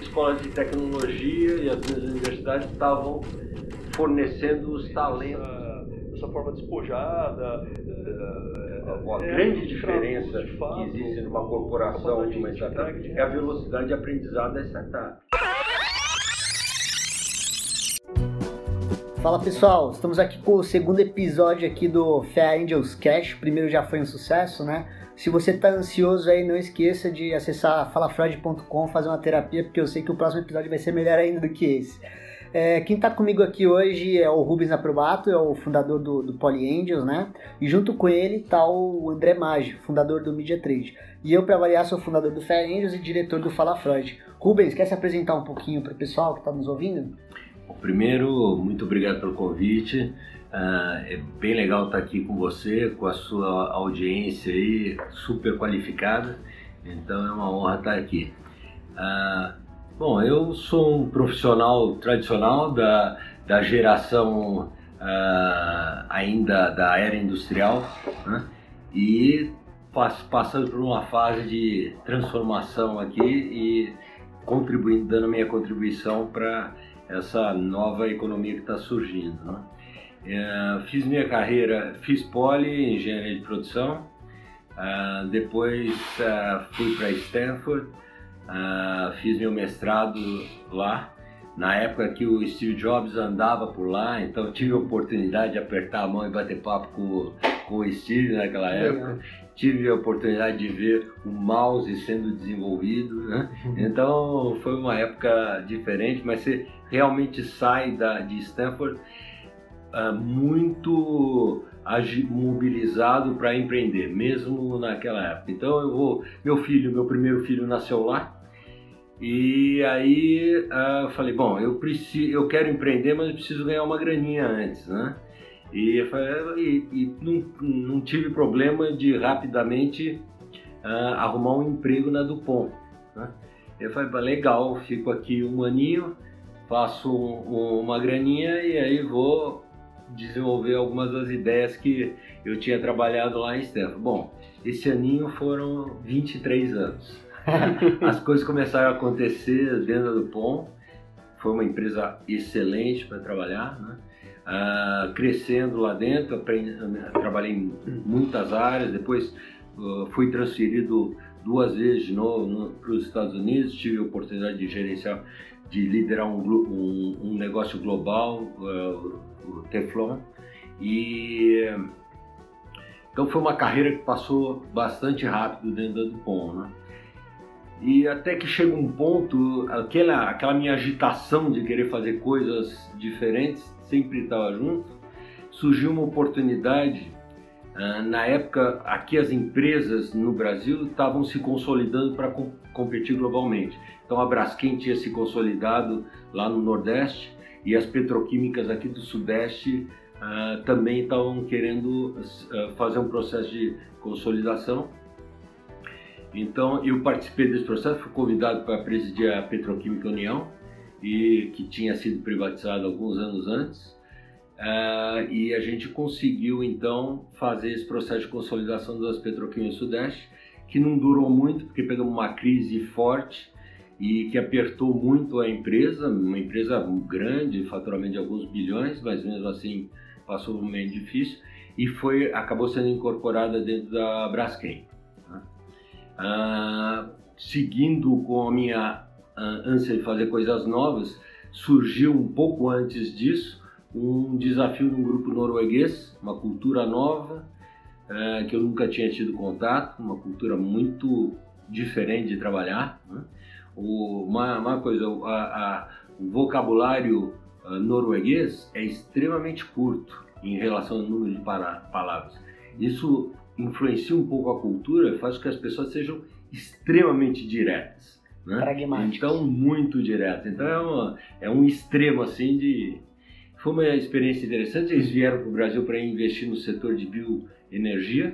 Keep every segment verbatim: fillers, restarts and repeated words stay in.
escolas de tecnologia e as minhas universidades estavam fornecendo os talentos. Essa, essa forma despojada. A, a é, grande diferença de fato, que existe numa corporação e uma startup é a velocidade de aprendizado da startup. Fala pessoal, estamos aqui com o segundo episódio aqui do Fair Angels Cash. O primeiro já foi um sucesso, né? Se você está ansioso aí, não esqueça de acessar fala freud ponto com, fazer uma terapia, porque eu sei que o próximo episódio vai ser melhor ainda do que esse. É, quem está comigo aqui hoje é o Rubens Aprobato, é o fundador do, do Poly Angels, né? E junto com ele está o André Maggi, fundador do Media Trade. E eu, para variar, sou fundador do Fair Angels e diretor do Fala Freud. Rubens, quer se apresentar um pouquinho para o pessoal que está nos ouvindo? Primeiro, muito obrigado pelo convite. Uh, é bem legal estar aqui com você, com a sua audiência aí, super qualificada. Então é uma honra estar aqui. Uh, bom, eu sou um profissional tradicional da, da geração uh, ainda da era industrial, né? E pass, passando por uma fase de transformação aqui e contribuindo, dando minha contribuição para essa nova economia que está surgindo, né? Uh, fiz minha carreira, fiz Poly, engenharia de produção, uh, depois uh, fui para Stanford, uh, fiz meu mestrado lá, na época que o Steve Jobs andava por lá, então tive a oportunidade de apertar a mão e bater papo com, com o Steve naquela época, tive a oportunidade de ver o mouse sendo desenvolvido, né? Então foi uma época diferente, mas você realmente sai da, de Stanford Uh, muito mobilizado para empreender, mesmo naquela época. Então eu vou, meu filho, meu primeiro filho nasceu lá, e aí uh, eu falei, bom, eu preciso, eu quero empreender, mas eu preciso ganhar uma graninha antes, né? E, eu falei, e, e não, não tive problema de rapidamente uh, arrumar um emprego na Dupont, né? Eu falei, legal, fico aqui um aninho, faço um, um, uma graninha e aí vou desenvolver algumas das ideias que eu tinha trabalhado lá em Stanford. Bom, esse aninho foram vinte e três anos. As coisas começaram a acontecer dentro da Dupont. Foi uma empresa excelente para trabalhar, né? Uh, crescendo lá dentro, aprendi, trabalhei em muitas áreas. Depois uh, fui transferido duas vezes de novo para os Estados Unidos. Tive a oportunidade de gerenciar, de liderar um, um, um negócio global, uh, o Teflon, e então foi uma carreira que passou bastante rápido dentro da Dupont, né? E até que chega um ponto, aquela, aquela minha agitação de querer fazer coisas diferentes sempre estava junto, surgiu uma oportunidade. Uh, na época, aqui as empresas no Brasil estavam se consolidando para com, competir globalmente. Então a Braskem tinha se consolidado lá no Nordeste e as petroquímicas aqui do Sudeste uh, também estavam querendo uh, fazer um processo de consolidação. Então eu participei desse processo, fui convidado para presidir a Petroquímica União, e, que tinha sido privatizada alguns anos antes. Uh, e a gente conseguiu então fazer esse processo de consolidação das petroquímicas do Sudeste, que não durou muito porque pegamos uma crise forte e que apertou muito a empresa, uma empresa grande, faturamento de alguns bilhões, mas mesmo assim passou um momento difícil e foi, acabou sendo incorporada dentro da Braskem, né? Uh, seguindo com a minha uh, ânsia de fazer coisas novas, surgiu um pouco antes disso um desafio num grupo norueguês, uma cultura nova, uh, que eu nunca tinha tido contato, uma cultura muito diferente de trabalhar, né? o, uma, uma coisa, a, a, o vocabulário uh, norueguês é extremamente curto em relação ao número de para, palavras. Isso influencia um pouco a cultura e faz com que as pessoas sejam extremamente diretas, né? Então, muito diretas. Então é, uma, é um extremo assim de... Foi uma experiência interessante. Eles vieram para o Brasil para investir no setor de bioenergia.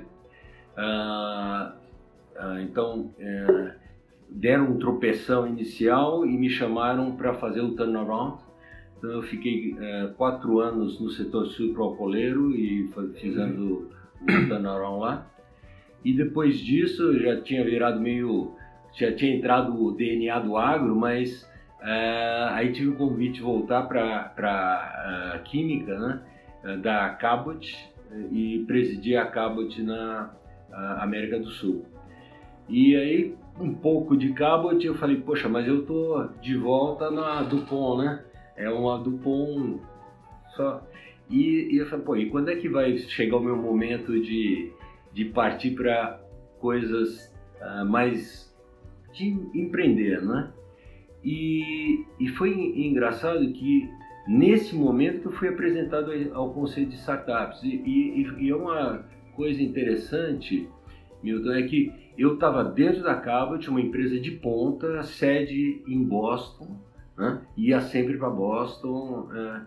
Ah, ah, então, é, deram um tropeção inicial e me chamaram para fazer o turnaround. Então, eu fiquei é, quatro anos no setor sucroalcooleiro e fizemos o, o turnaround lá. E depois disso, eu já tinha virado meio... Já tinha entrado o D N A do agro, mas Uh, aí tive o convite de voltar para a Química, né, da Cabot, e presidir a Cabot na a América do Sul. E aí, um pouco de Cabot, eu falei, poxa, mas eu tô de volta na DuPont, né? É uma DuPont só. E, e eu falei, pô, e quando é que vai chegar o meu momento de, de partir para coisas uh, mais de empreender, né? E, e foi engraçado que nesse momento que eu fui apresentado ao conceito de startups. E, e, e é uma coisa interessante, Milton, é que eu estava dentro da Cabot, uma empresa de ponta, sede em Boston, né? Ia sempre para Boston, uh,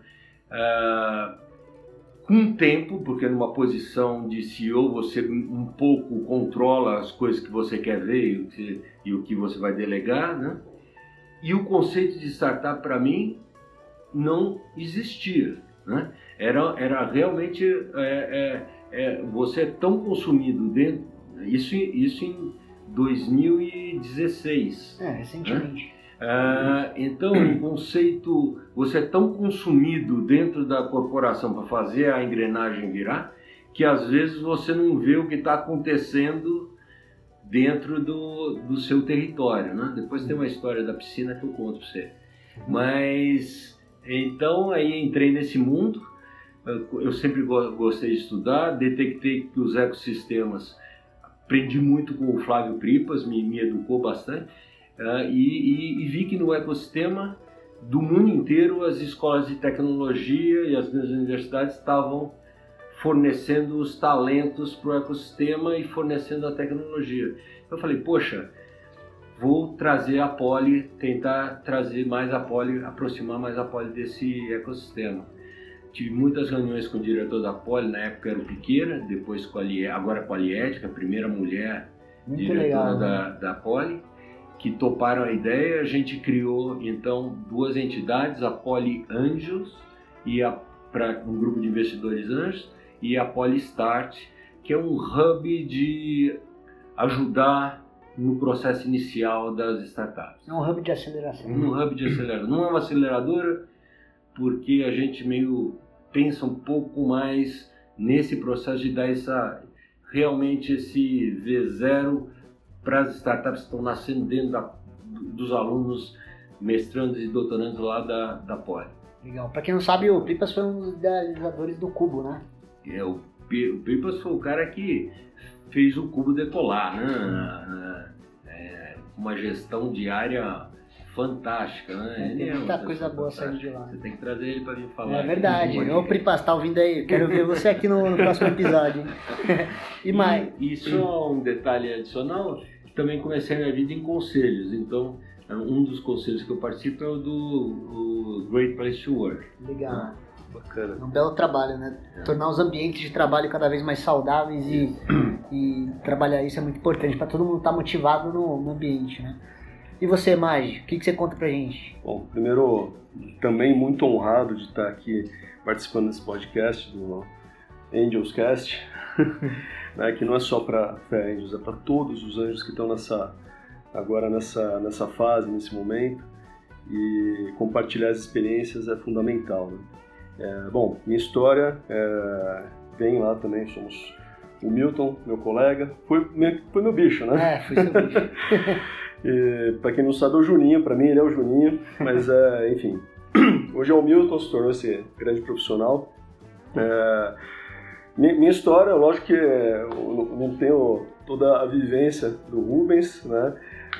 uh, com tempo, porque numa posição de C E O você um pouco controla as coisas que você quer ver e o que, e o que você vai delegar, né? E o conceito de startup para mim não existia, né? Era, era realmente é, é, é, você é tão consumido dentro, isso, isso em dois mil e dezesseis. É, recentemente. Né? Ah, então o conceito, você é tão consumido dentro da corporação para fazer a engrenagem virar, que às vezes você não vê o que está acontecendo dentro do, do seu território, né? Depois tem uma história da piscina que eu conto para você. Mas, então, aí entrei nesse mundo, eu sempre gostei de estudar, detectei que os ecossistemas, aprendi muito com o Flávio Pripas, me, me educou bastante, uh, e, e, e vi que no ecossistema do mundo inteiro as escolas de tecnologia e as grandes universidades estavam fornecendo os talentos para o ecossistema e fornecendo a tecnologia. Eu falei, poxa, vou trazer a Poly, tentar trazer mais a Poly, aproximar mais a Poly desse ecossistema. Tive muitas reuniões com o diretor da Poly, na época era o Piqueira, depois com a Lié, agora com a Liética, a primeira mulher Muito diretora legal, da, né? da Poly, que toparam a ideia. A gente criou então duas entidades, a Poly Angels, e a, pra, um grupo de investidores anjos, e a Polystart, que é um hub de ajudar no processo inicial das startups. É um hub de aceleração. Um hub de aceleração. Não é uma aceleradora, porque a gente meio pensa um pouco mais nesse processo de dar essa, realmente esse V zero para as startups que estão nascendo dentro da, dos alunos mestrandos e doutorandos lá da, da Poly. Legal. Para quem não sabe, o Pripas foi um dos idealizadores do Cubo, né? É, o, o Pripas foi o cara que fez o Cubo decolar, né? É, uma gestão diária fantástica, né? É, tem ele muita é coisa boa saindo de lá. Você tem que trazer ele para vir falar. É verdade. Aqui, Ô Pripas, tá ouvindo aí? Quero ver você aqui no, no próximo episódio. E, e mais? E, e só um detalhe adicional, também comecei a minha vida em conselhos, então um dos conselhos que eu participo é o do o Great Place to Work. Legal. Bacana. É um belo trabalho, né? É. Tornar os ambientes de trabalho cada vez mais saudáveis e, e trabalhar isso é muito importante para todo mundo estar motivado no, no ambiente, né? E você, Magi, o que, que você conta pra gente? Bom, primeiro, também muito honrado de estar aqui participando desse podcast do Angels Cast, né, que não é só para Fé Angels, é para todos os anjos que estão nessa, agora nessa, nessa fase, nesse momento, e compartilhar as experiências é fundamental, né? É, bom, minha história é, vem lá também, somos o Milton, meu colega, foi meu, foi meu bicho, né? É, foi seu bicho. E, pra quem não sabe, é o Juninho, pra mim ele é o Juninho, mas é, enfim, hoje é o Milton, se tornou esse grande profissional. É, minha história, lógico que eu não tenho toda a vivência do Rubens, né?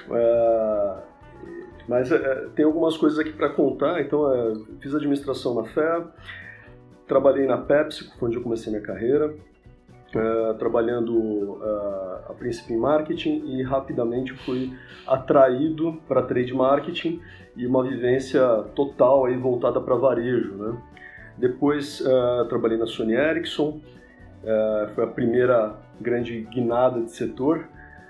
É, mas é, tem algumas coisas aqui para contar. Então, é, fiz administração na F E A, trabalhei na Pepsi, foi onde eu comecei minha carreira, é, trabalhando uh, a princípio em marketing, e rapidamente fui atraído para trade marketing e uma vivência total aí voltada para varejo, né? Depois uh, trabalhei na Sony Ericsson, uh, foi a primeira grande guinada de setor.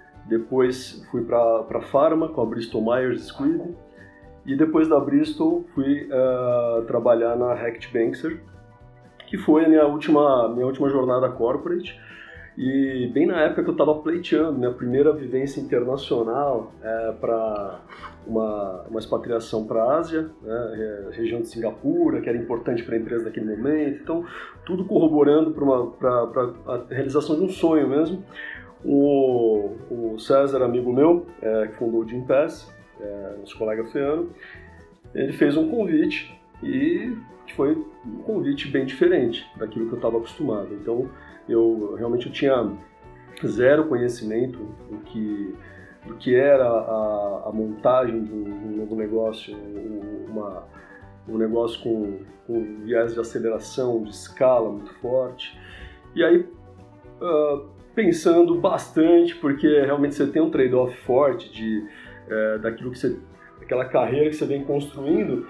Depois fui para a Pharma com a Bristol Myers Squibb, e depois da Bristol fui uh, trabalhar na Hewlett Packard, que foi a minha última, minha última jornada corporate, E bem na época que eu estava pleiteando minha primeira vivência internacional é, para uma, uma expatriação para a Ásia, né, região de Singapura, que era importante para a empresa naquele momento. Então, tudo corroborando para a realização de um sonho mesmo. O, o César, amigo meu, é, que fundou o Gympass, é, nosso colega Feano, ele fez um convite e foi um convite bem diferente daquilo que eu estava acostumado. Então, eu realmente eu tinha zero conhecimento do que, do que era a, a montagem de um, um novo negócio, uma, um negócio com, com viés de aceleração, de escala muito forte. E aí, uh, pensando bastante, porque realmente você tem um trade-off forte de, uh, daquilo que você, daquela carreira que você vem construindo,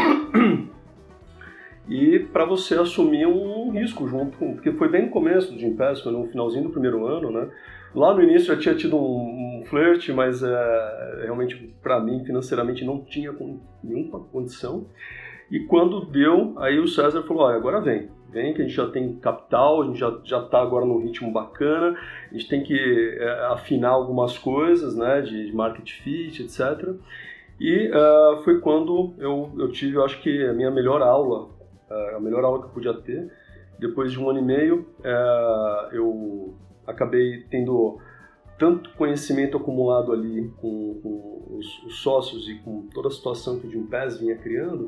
e para você assumir um risco junto, porque foi bem no começo do Gympass, foi no finalzinho do primeiro ano, né? Lá no início já tinha tido um, um flerte, mas é, realmente para mim financeiramente não tinha nenhuma condição. E quando deu, aí o César falou, olha, agora vem, vem que a gente já tem capital, a gente já já está agora num ritmo bacana, a gente tem que é, afinar algumas coisas, né, de, de market fit, etcétera. E uh, foi quando eu, eu tive, eu acho que a minha melhor aula, a melhor aula que eu podia ter. Depois de um ano e meio, é, eu acabei tendo tanto conhecimento acumulado ali com, com os, os sócios e com toda a situação que o Gympass vinha criando,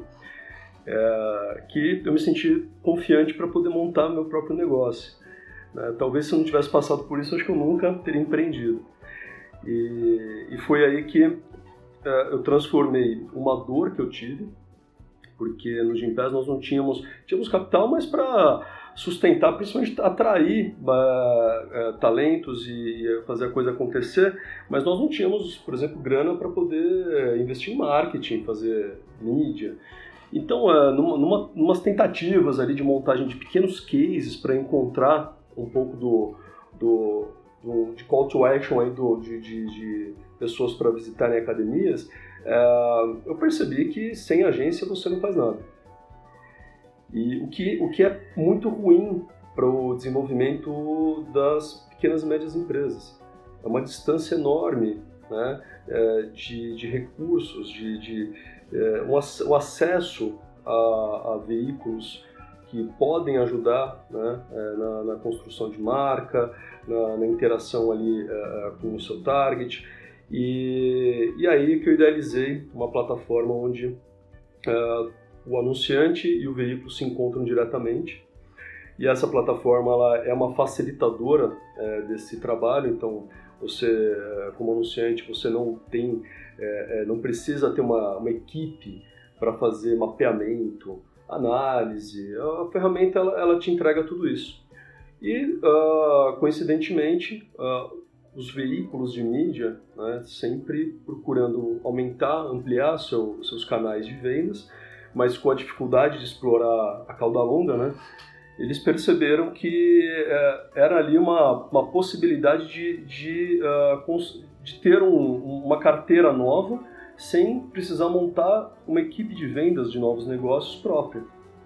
é, que eu me senti confiante para poder montar meu próprio negócio. Né? Talvez se eu não tivesse passado por isso, acho que eu nunca teria empreendido. E, e foi aí que é, eu transformei uma dor que eu tive, porque no Gympass nós não tínhamos, tínhamos capital, mas para sustentar, principalmente atrair uh, uh, talentos e, e fazer a coisa acontecer, mas nós não tínhamos, por exemplo, grana para poder investir em marketing, fazer mídia. Então, uh, numa, numa, numas tentativas ali de montagem de pequenos cases para encontrar um pouco do, do, do de call to action aí do, de, de, de pessoas para visitarem academias, Uh, eu percebi que sem agência você não faz nada. E o que, o que é muito ruim para o desenvolvimento das pequenas e médias empresas. É uma distância enorme, né, de, de recursos, de, de, um, o acesso a, a veículos que podem ajudar, né, na, na construção de marca, na, na interação ali uh, com o seu target. E, e aí que eu idealizei uma plataforma onde uh, o anunciante e o veículo se encontram diretamente. E essa plataforma ela é uma facilitadora uh, desse trabalho. Então, você, uh, como anunciante, você não tem, uh, não precisa ter uma, uma equipe para fazer mapeamento, análise. A ferramenta ela, ela te entrega tudo isso. E, uh, coincidentemente, uh, os veículos de mídia, né, sempre procurando aumentar, ampliar seu, seus canais de vendas, mas com a dificuldade de explorar a cauda longa, né, eles perceberam que é, era ali uma, uma possibilidade de, de, uh, de ter um, uma carteira nova sem precisar montar uma equipe de vendas de novos negócios própria.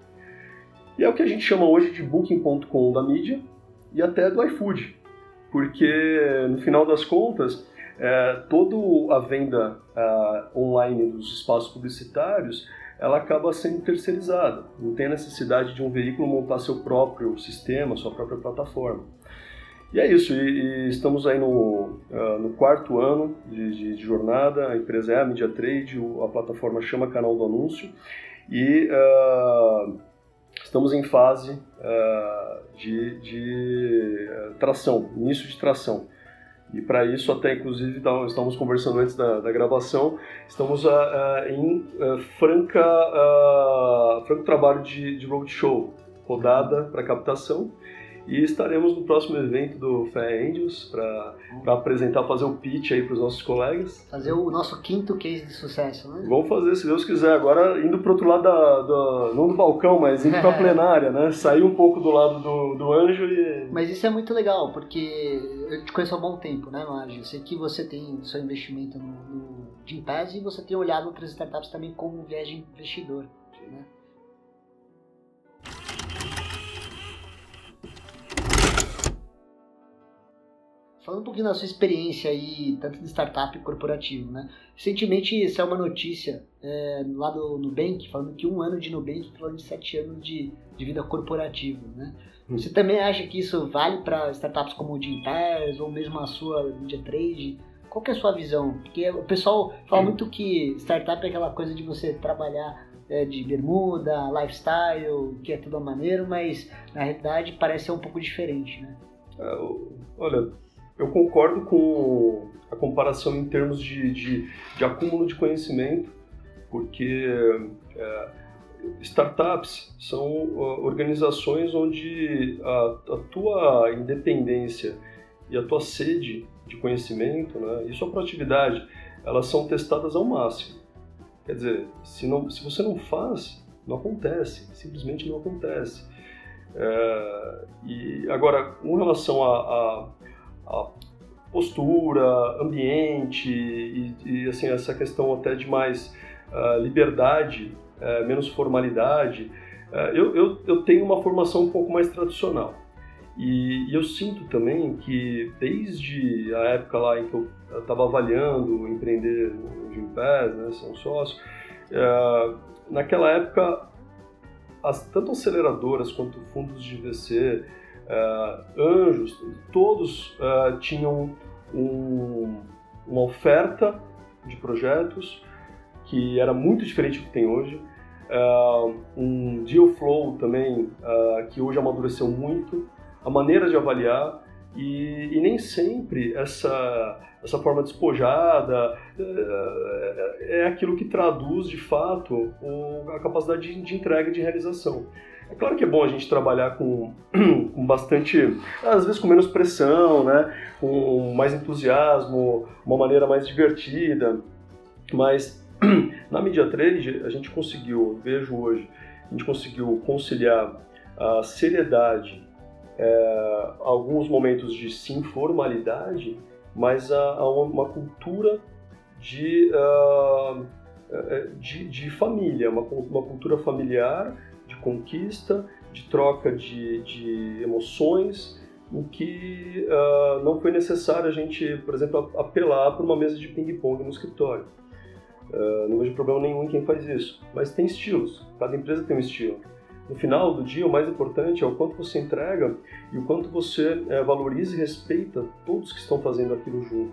E é o que a gente chama hoje de booking ponto com da mídia e até do iFood. Porque, no final das contas, é, toda a venda é, online dos espaços publicitários, ela acaba sendo terceirizada. Não tem a necessidade de um veículo montar seu próprio sistema, sua própria plataforma. E é isso, e, e estamos aí no, uh, no quarto ano de, de, de jornada, a empresa é a MediaTrade, a plataforma chama Canal do Anúncio, e uh, estamos em fase uh, de, de uh, tração, início de tração. E para isso, até inclusive, tá, estamos conversando antes da, da gravação, estamos uh, uh, em uh, franca, uh, franco trabalho de, de roadshow, rodada para captação. E estaremos no próximo evento do Fair Angels para apresentar, fazer o pitch aí para os nossos colegas. Fazer o nosso quinto case de sucesso, né? Vamos fazer, se Deus quiser. Agora indo para o outro lado, da, da, não do balcão, mas indo para a plenária, né? Sair um pouco do lado do, do anjo e... Mas isso é muito legal, porque eu te conheço há bom tempo, né, Marge? Eu sei que você tem seu investimento no, no Gympass e você tem olhado outras startups também como viés de investidor, né? Falando um pouquinho da sua experiência aí, tanto de startup e corporativo, né? Recentemente saiu uma notícia é, lá do Nubank, falando que um ano de Nubank falando de sete anos de, de vida corporativa, né? Você também acha que isso vale para startups como o Gympass ou mesmo a sua Media Trade? Qual que é a sua visão? Porque o pessoal fala muito que startup é aquela coisa de você trabalhar é, de bermuda, lifestyle, que é tudo maneiro, mas na realidade parece ser um pouco diferente, né? É, olha, eu concordo com a comparação em termos de, de, de acúmulo de conhecimento, porque é, startups são uh, organizações onde a, a tua independência e a tua sede de conhecimento, né, e sua proatividade, elas são testadas ao máximo. Quer dizer, se, não, se você não faz, não acontece, simplesmente não acontece. É, e agora, com relação a, a, a postura, ambiente e, e assim, essa questão até de mais uh, liberdade, uh, menos formalidade, uh, eu, eu, eu tenho uma formação um pouco mais tradicional. E, e eu sinto também que desde a época lá em que eu estava avaliando empreender no Gympass, né, ser um sócio, uh, naquela época, as, tanto aceleradoras quanto fundos de V C, uh, anjos, todos uh, tinham um, uma oferta de projetos que era muito diferente do que tem hoje, uh, um deal flow também uh, que hoje amadureceu muito, a maneira de avaliar e, e nem sempre essa, essa forma despojada é, é aquilo que traduz de fato o, a capacidade de, de entrega e de realização. É claro que é bom a gente trabalhar com, com bastante, às vezes com menos pressão, né? Com mais entusiasmo, uma maneira mais divertida, mas na Media Trade a gente conseguiu, vejo hoje, a gente conseguiu conciliar a seriedade, É, alguns momentos de sim formalidade, mas a, a uma cultura de, uh, de, de família, uma, uma cultura familiar, de conquista, de troca de, de emoções, em que uh, não foi necessário a gente, por exemplo, apelar para uma mesa de ping-pong no escritório. Uh, não vejo problema nenhum em quem faz isso, mas tem estilos, cada empresa tem um estilo. No final do dia, o mais importante é o quanto você entrega e o quanto você é, valoriza e respeita todos que estão fazendo aquilo junto.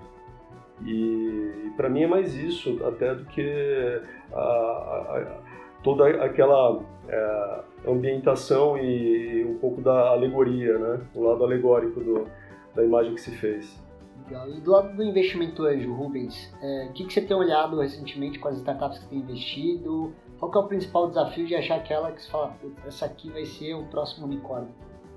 E, e para mim é mais isso até do que a, a, a, toda aquela é, ambientação e um pouco da alegoria, né? O lado alegórico do, da imagem que se fez. Legal. E do lado do investimento anjo, Rubens, é, o que, que você tem olhado recentemente com as startups que você tem investido? Qual que é o principal desafio de achar aquela que você fala, essa aqui vai ser o próximo unicórnio?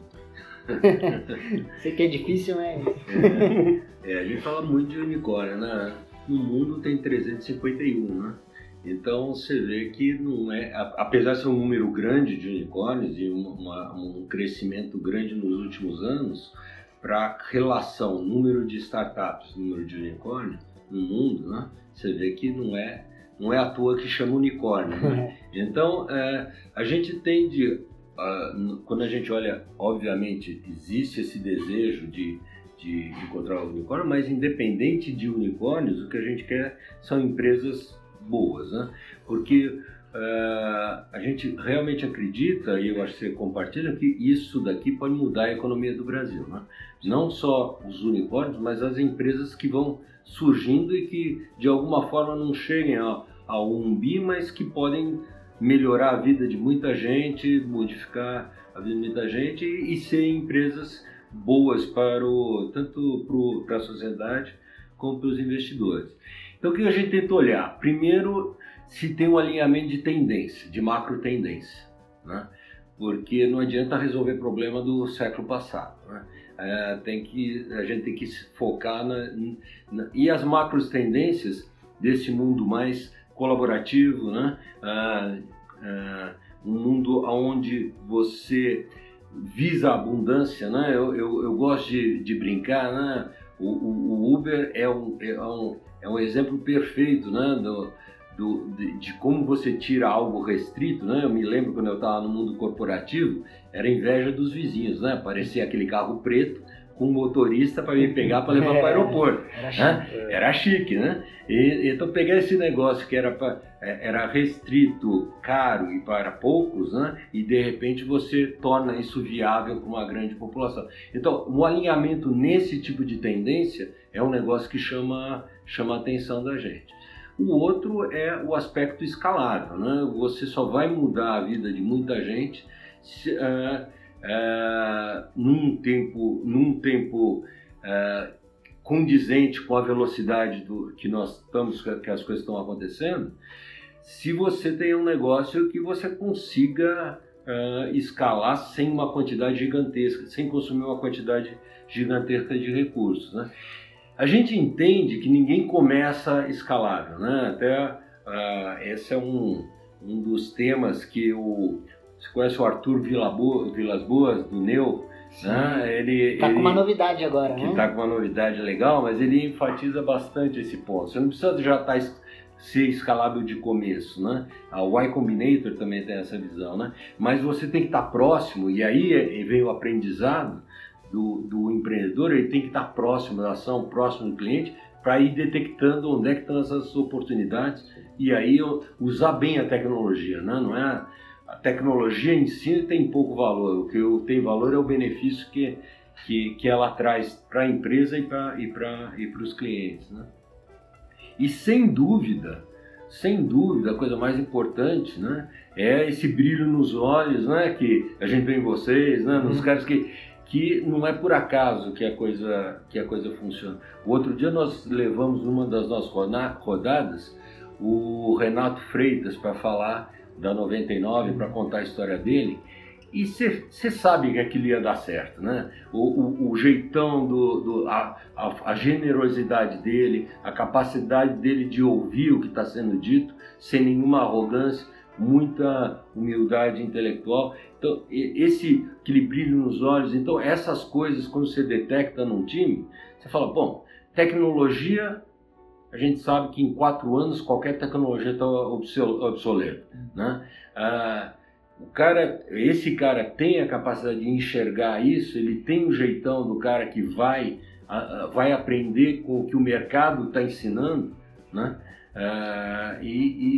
Sei que é difícil, mas... é, é, a gente fala muito de unicórnio, né? No mundo tem trezentos e cinquenta e um, né? Então você vê que não é, apesar de ser um número grande de unicórnios e uma, um crescimento grande nos últimos anos, para relação número de startups, número de unicórnio no mundo, né? Você vê que não é Não é à toa que chama unicórnio, né? Então, é, a gente tende, uh, quando a gente olha, obviamente, existe esse desejo de, de encontrar o unicórnio, mas independente de unicórnios, o que a gente quer são empresas boas, né? Porque uh, a gente realmente acredita, e eu acho que você compartilha, que isso daqui pode mudar a economia do Brasil, né? Não só os unicórnios, mas as empresas que vão surgindo e que de alguma forma não cheguem a, a um bi, mas que podem melhorar a vida de muita gente, modificar a vida de muita gente e, e ser empresas boas para o, tanto para a sociedade como para os investidores. Então o que a gente tenta olhar? Primeiro, se tem um alinhamento de tendência, de macro tendência, né? Porque não adianta resolver problema do século passado, né? É, tem que, a gente tem que se focar na, na, e as macros tendências desse mundo mais colaborativo, né? Ah, ah, um mundo onde você visa a abundância, né? Eu, eu, eu gosto de, de brincar, né? O, o, o Uber é um, é, um, é um exemplo perfeito, né? Do, Do, de, de como você tira algo restrito, né? Eu me lembro quando eu estava no mundo corporativo, era inveja dos vizinhos, né? Aparecia aquele carro preto com o motorista para me pegar para levar É, para o aeroporto. Era Né? chique. Era chique, né? E, então pegar esse negócio que era, pra, era restrito, caro e para poucos, né? E de repente você torna isso viável para uma grande população. Então, o alinhamento nesse tipo de tendência é um negócio que chama, chama a atenção da gente. O outro é o aspecto escalável, né? Você só vai mudar a vida de muita gente se, uh, uh, num tempo, num tempo uh, condizente com a velocidade do, que nós estamos, que as coisas estão acontecendo, se você tem um negócio que você consiga uh, escalar sem uma quantidade gigantesca, sem consumir uma quantidade gigantesca de recursos, né? A gente entende que ninguém começa escalável, né? Até uh, esse é um, um dos temas que o... Você conhece o Arthur Vilabo, Vilas Boas, do Neo? Né? Ele Tá ele, com uma novidade agora, que né? Tá com uma novidade legal, mas ele enfatiza bastante esse ponto. Você não precisa já estar ser escalável de começo, né? A Y Combinator também tem essa visão, né? Mas você tem que estar próximo, e aí vem o aprendizado do, do empreendedor, ele tem que estar próximo da ação, próximo do cliente, para ir detectando onde é que estão essas oportunidades e aí usar bem a tecnologia, né? Não é... A tecnologia em si tem pouco valor, o que tem valor é o benefício que, que, que ela traz para a empresa e para e para e para os clientes, né? E sem dúvida, sem dúvida, a coisa mais importante, né, é esse brilho nos olhos, né, que a gente vê em vocês, né, nos caras que, que não é por acaso que a coisa, que a coisa funciona. O outro dia nós levamos numa das nossas rodadas o Renato Freitas para falar da noventa e nove, para contar a história dele, e você sabe que aquilo ia dar certo, né? O, o, o jeitão, do, do, a, a, a generosidade dele, a capacidade dele de ouvir o que está sendo dito, sem nenhuma arrogância, muita humildade intelectual. Então, esse aquele brilho nos olhos, então essas coisas, quando você detecta num time, você fala, bom, tecnologia... A gente sabe que em quatro anos qualquer tecnologia está obsoleta, né? Ah, o cara, esse cara tem a capacidade de enxergar isso, ele tem o jeitão do cara que vai, ah, vai aprender com o que o mercado está ensinando, né? Ah, e, e,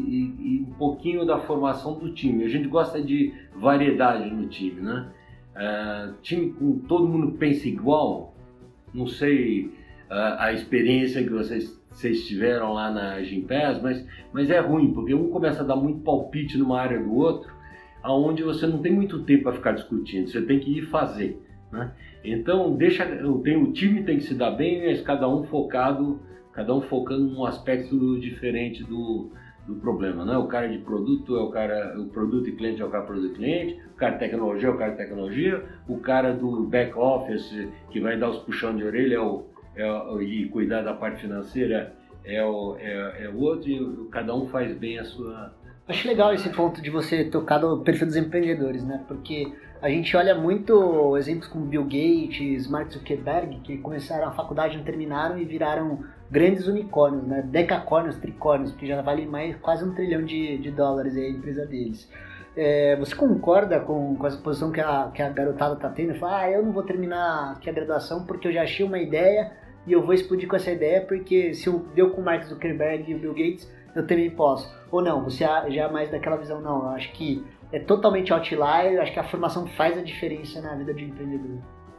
e, e um pouquinho da formação do time. A gente gosta de variedade no time, né? Ah, time com todo mundo pensa igual, não sei ah, a experiência que vocês vocês tiveram lá na Gympass, mas, mas é ruim, porque um começa a dar muito palpite numa área do outro, aonde você não tem muito tempo para ficar discutindo, você tem que ir fazer, né? Então, deixa, tem, o time tem que se dar bem, mas cada um focado, cada um focando num aspecto diferente do, do problema, né? O cara de produto é o cara, o produto e cliente é o cara produto e cliente, o cara de tecnologia é o cara de tecnologia, o cara do back office que vai dar os puxões de orelha é o É, e cuidar da parte financeira é o, é, é o outro, e cada um faz bem a sua... Acho legal esse ponto de você tocar no perfil dos empreendedores, né? Porque a gente olha muito exemplos como Bill Gates, Mark Zuckerberg, que começaram a faculdade, não terminaram e viraram grandes unicórnios, né? Decacórnios, tricórnios, porque já vale mais quase um trilhão de, de dólares aí a empresa deles. É, você concorda com, com essa posição que a, que a garotada tá tendo? Fala, ah, eu não vou terminar aqui a graduação porque eu já achei uma ideia e eu vou explodir com essa ideia, porque se eu deu com o Mark Zuckerberg e o Bill Gates, eu também posso. Ou não, você já é mais daquela visão, não, eu acho que é totalmente outlier, eu acho que a formação faz a diferença na vida de um empreendedor.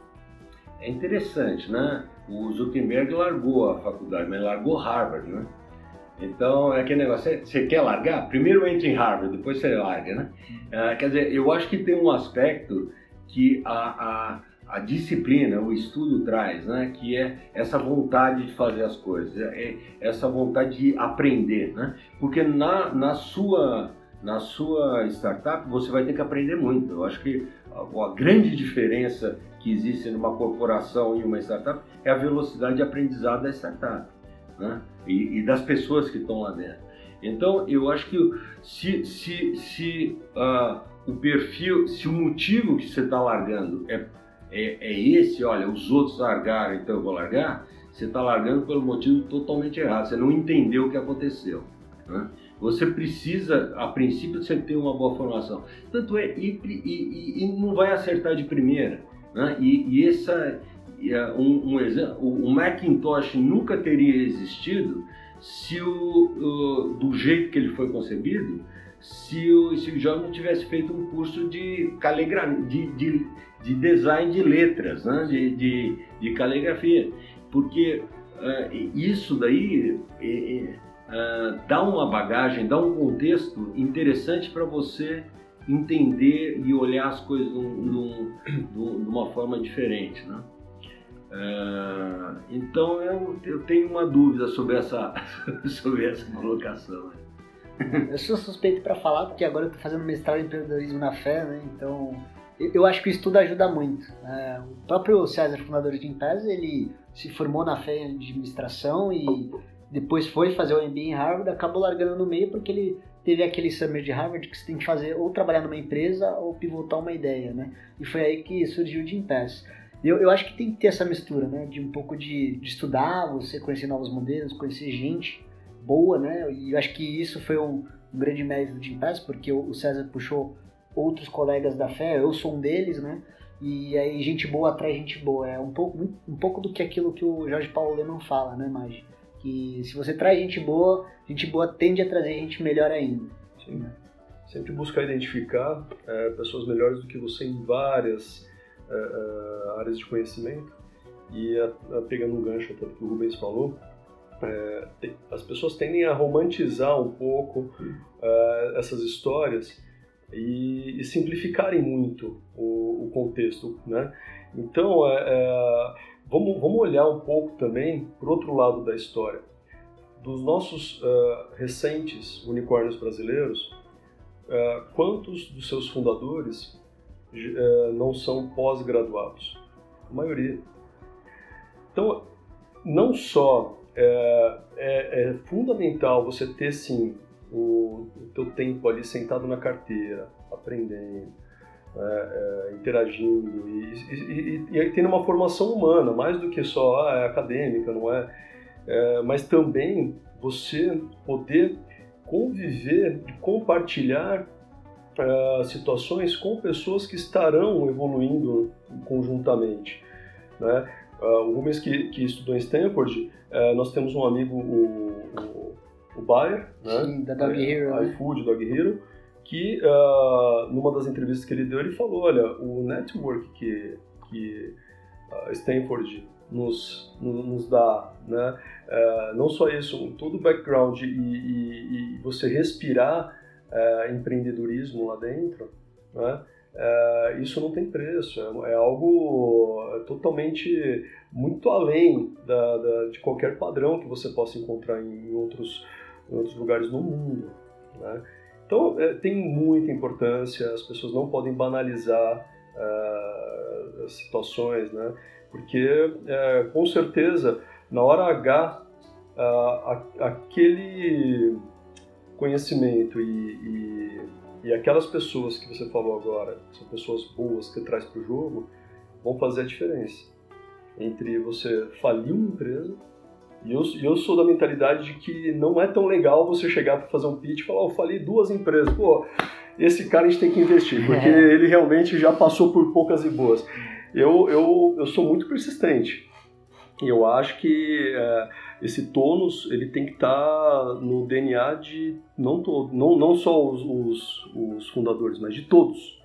É interessante, né? O Zuckerberg largou a faculdade, mas largou Harvard, né? Então, é aquele negócio, você quer largar? Primeiro entra em Harvard, depois você larga, né? Uh, quer dizer, eu acho que tem um aspecto que a... a a disciplina, o estudo traz, né, que é essa vontade de fazer as coisas, é essa vontade de aprender, né, porque na, na, sua, na sua startup você vai ter que aprender muito. Eu acho que a, a grande diferença que existe numa corporação e uma startup é a velocidade de aprendizado da startup, né, e, e das pessoas que estão lá dentro. Então, eu acho que se, se, se uh, o perfil, se o motivo que você está largando é É, é esse, olha, os outros largaram, então eu vou largar, você está largando pelo motivo totalmente errado, você não entendeu o que aconteceu, né? Você precisa, a princípio, você ter uma boa formação, tanto é, e, e, e não vai acertar de primeira, né? E, e essa, um, um exemplo, o Macintosh nunca teria existido se o, o, do jeito que ele foi concebido, se o Steve Jobs não tivesse feito um curso de caligrafia, de, de, de design de letras, né? de, de, de caligrafia, porque uh, isso daí uh, dá uma bagagem, dá um contexto interessante para você entender e olhar as coisas de uma forma diferente, né? Uh, então eu, eu tenho uma dúvida sobre essa, sobre essa colocação. Eu sou suspeito para falar, porque agora eu estou fazendo mestrado em empreendedorismo na fé, né? Então eu, eu acho que o estudo ajuda muito. É, o próprio César, fundador de Gympass, ele se formou na fé em administração e depois foi fazer o M B A em Harvard, acabou largando no meio porque ele teve aquele summer de Harvard que você tem que fazer ou trabalhar numa empresa ou pivotar uma ideia, né? E foi aí que surgiu o Gympass. Eu, eu acho que tem que ter essa mistura, né? De um pouco de, de estudar, você conhecer novos modelos, conhecer gente boa, né? E eu acho que isso foi um, um grande mérito do Gympass, porque o César puxou outros colegas da fé, eu sou um deles, né? E aí gente boa atrai gente boa. É um pouco, um pouco do que aquilo que o Jorge Paulo Lemann fala, né, Magi? Que se você traz gente boa, gente boa tende a trazer gente melhor ainda. Sim. Sempre buscar identificar é, pessoas melhores do que você em várias é, é, áreas de conhecimento. E a, a, pegando um gancho até do que o Rubens falou, é, tem, as pessoas tendem a romantizar um pouco é, essas histórias e, e simplificarem muito o, o contexto, né? Então, é, é, vamos, vamos olhar um pouco também para o outro lado da história. Dos nossos uh, recentes unicórnios brasileiros, uh, quantos dos seus fundadores uh, não são pós-graduados? A maioria. Então, não só é, é, é fundamental você ter, sim, o, o teu tempo ali sentado na carteira, aprendendo, é, é, interagindo e, e, e, e tendo uma formação humana, mais do que só ah, é acadêmica, não é? É, mas também você poder conviver e compartilhar uh, situações com pessoas que estarão evoluindo conjuntamente, né? Uh, o Rubens, que, que estudou em Stanford, uh, nós temos um amigo, o, o, o Bayer, né? Sim, da Dog Hero, é, iFood, Dog Hero, que uh, numa das entrevistas que ele deu, ele falou, olha, o network que, que uh, Stanford nos, nos dá, né? Uh, não só isso, todo o background e, e, e você respirar uh, empreendedorismo lá dentro, né? Uh, isso não tem preço, é, é algo totalmente muito além da, da, de qualquer padrão que você possa encontrar em, em, outros, em outros lugares no mundo, né? Então é, tem muita importância, as pessoas não podem banalizar uh, as situações, né? Porque é, com certeza na hora H uh, a, aquele conhecimento e, e, e aquelas pessoas que você falou agora, que são pessoas boas que traz para o jogo, vão fazer a diferença entre você falir uma empresa. E eu, eu sou da mentalidade de que não é tão legal você chegar para fazer um pitch e falar, oh, eu falei duas empresas, pô, esse cara a gente tem que investir, porque é. ele realmente já passou por poucas e boas. Eu, eu, eu sou muito persistente e eu acho que é, esse tônus ele tem que estar no D N A de não, todo, não, não só os, os, os fundadores, mas de todos.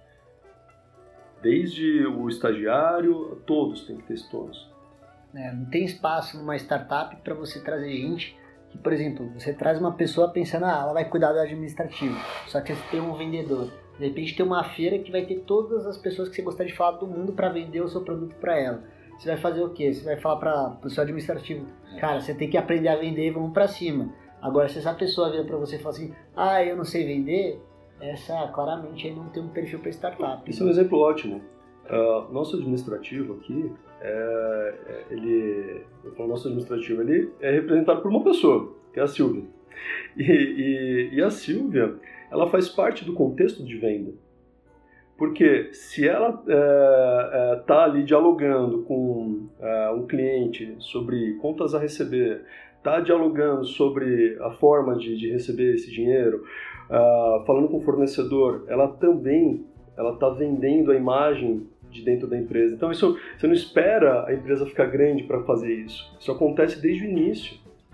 Desde o estagiário, todos têm que ter esse tônus. É, não tem espaço numa startup para você trazer gente que, por exemplo, você traz uma pessoa pensando, ah, ela vai cuidar do administrativo, só que você tem um vendedor. De repente tem uma feira que vai ter todas as pessoas que você gostaria de falar do mundo para vender o seu produto para ela. Você vai fazer o quê? Você vai falar para o seu administrativo, cara, você tem que aprender a vender e vamos para cima. Agora, se essa pessoa vira para você e fala assim, ah, eu não sei vender, essa claramente aí não tem um perfil para startup. Isso é um exemplo ótimo. Uh, nosso administrativo aqui, é, é, ele, o nosso administrativo ele é representado por uma pessoa, que é a Silvia. E, e, e a Silvia, ela faz parte do contexto de venda. Porque se ela está é, é, tá ali dialogando com é, um cliente sobre contas a receber, está dialogando sobre a forma de, de receber esse dinheiro, uh, falando com o fornecedor, ela também ela está vendendo a imagem de dentro da empresa. Então isso, você não espera a empresa ficar grande para fazer isso. Isso acontece desde o início.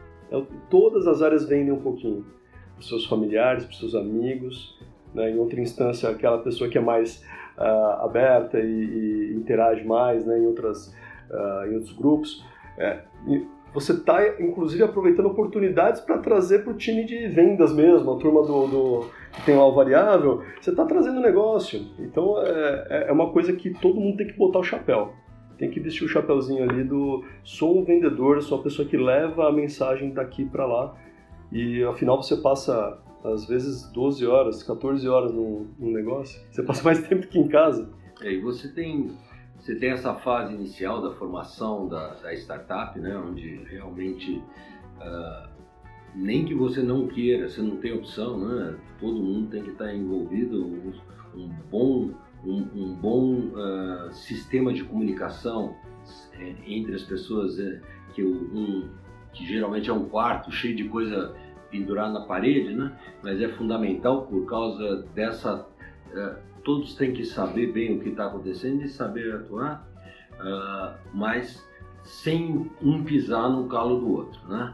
Todas as áreas vendem um pouquinho. Para os seus familiares, para os seus amigos, né? Em outra instância, aquela pessoa que é mais uh, aberta e, e interage mais, né? em, outras, uh, em outros grupos. É, você está, inclusive, aproveitando oportunidades para trazer para o time de vendas mesmo, a turma do, do, que tem lá o variável, você está trazendo negócio. Então, é, é uma coisa que todo mundo tem que botar o chapéu. Tem que vestir o chapéuzinho ali do sou um vendedor, sou a pessoa que leva a mensagem daqui para lá. E, afinal, você passa, às vezes, doze horas, catorze horas num, num negócio. Você passa mais tempo que em casa. É, e você tem... Você tem essa fase inicial da formação da, da startup, né, onde realmente uh, nem que você não queira, você não tem opção, né, todo mundo tem que estar envolvido, um, um bom, um, um bom uh, sistema de comunicação é, entre as pessoas, é, que, um, que geralmente é um quarto cheio de coisa pendurada na parede, né, mas é fundamental por causa dessa... Uh, todos têm que saber bem o que está acontecendo e saber atuar, uh, mas sem um pisar no calo do outro, né?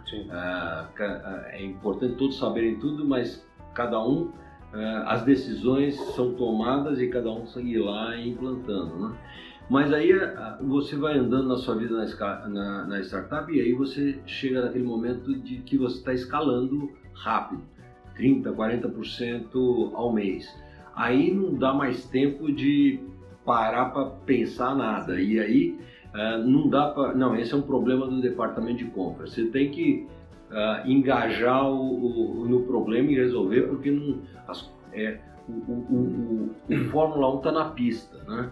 Uh, é importante todos saberem tudo, mas cada um, uh, as decisões são tomadas e cada um ir lá implantando, né? Mas aí uh, você vai andando na sua vida na, na, na startup e aí você chega naquele momento de que você está escalando rápido, trinta, quarenta por cento ao mês. Aí não dá mais tempo de parar para pensar nada. E aí uh, não dá para... Não, esse é um problema do departamento de compra. Você tem que uh, engajar o, o, no problema e resolver, porque não, as, é, o, o, o, o Fórmula um está na pista, né?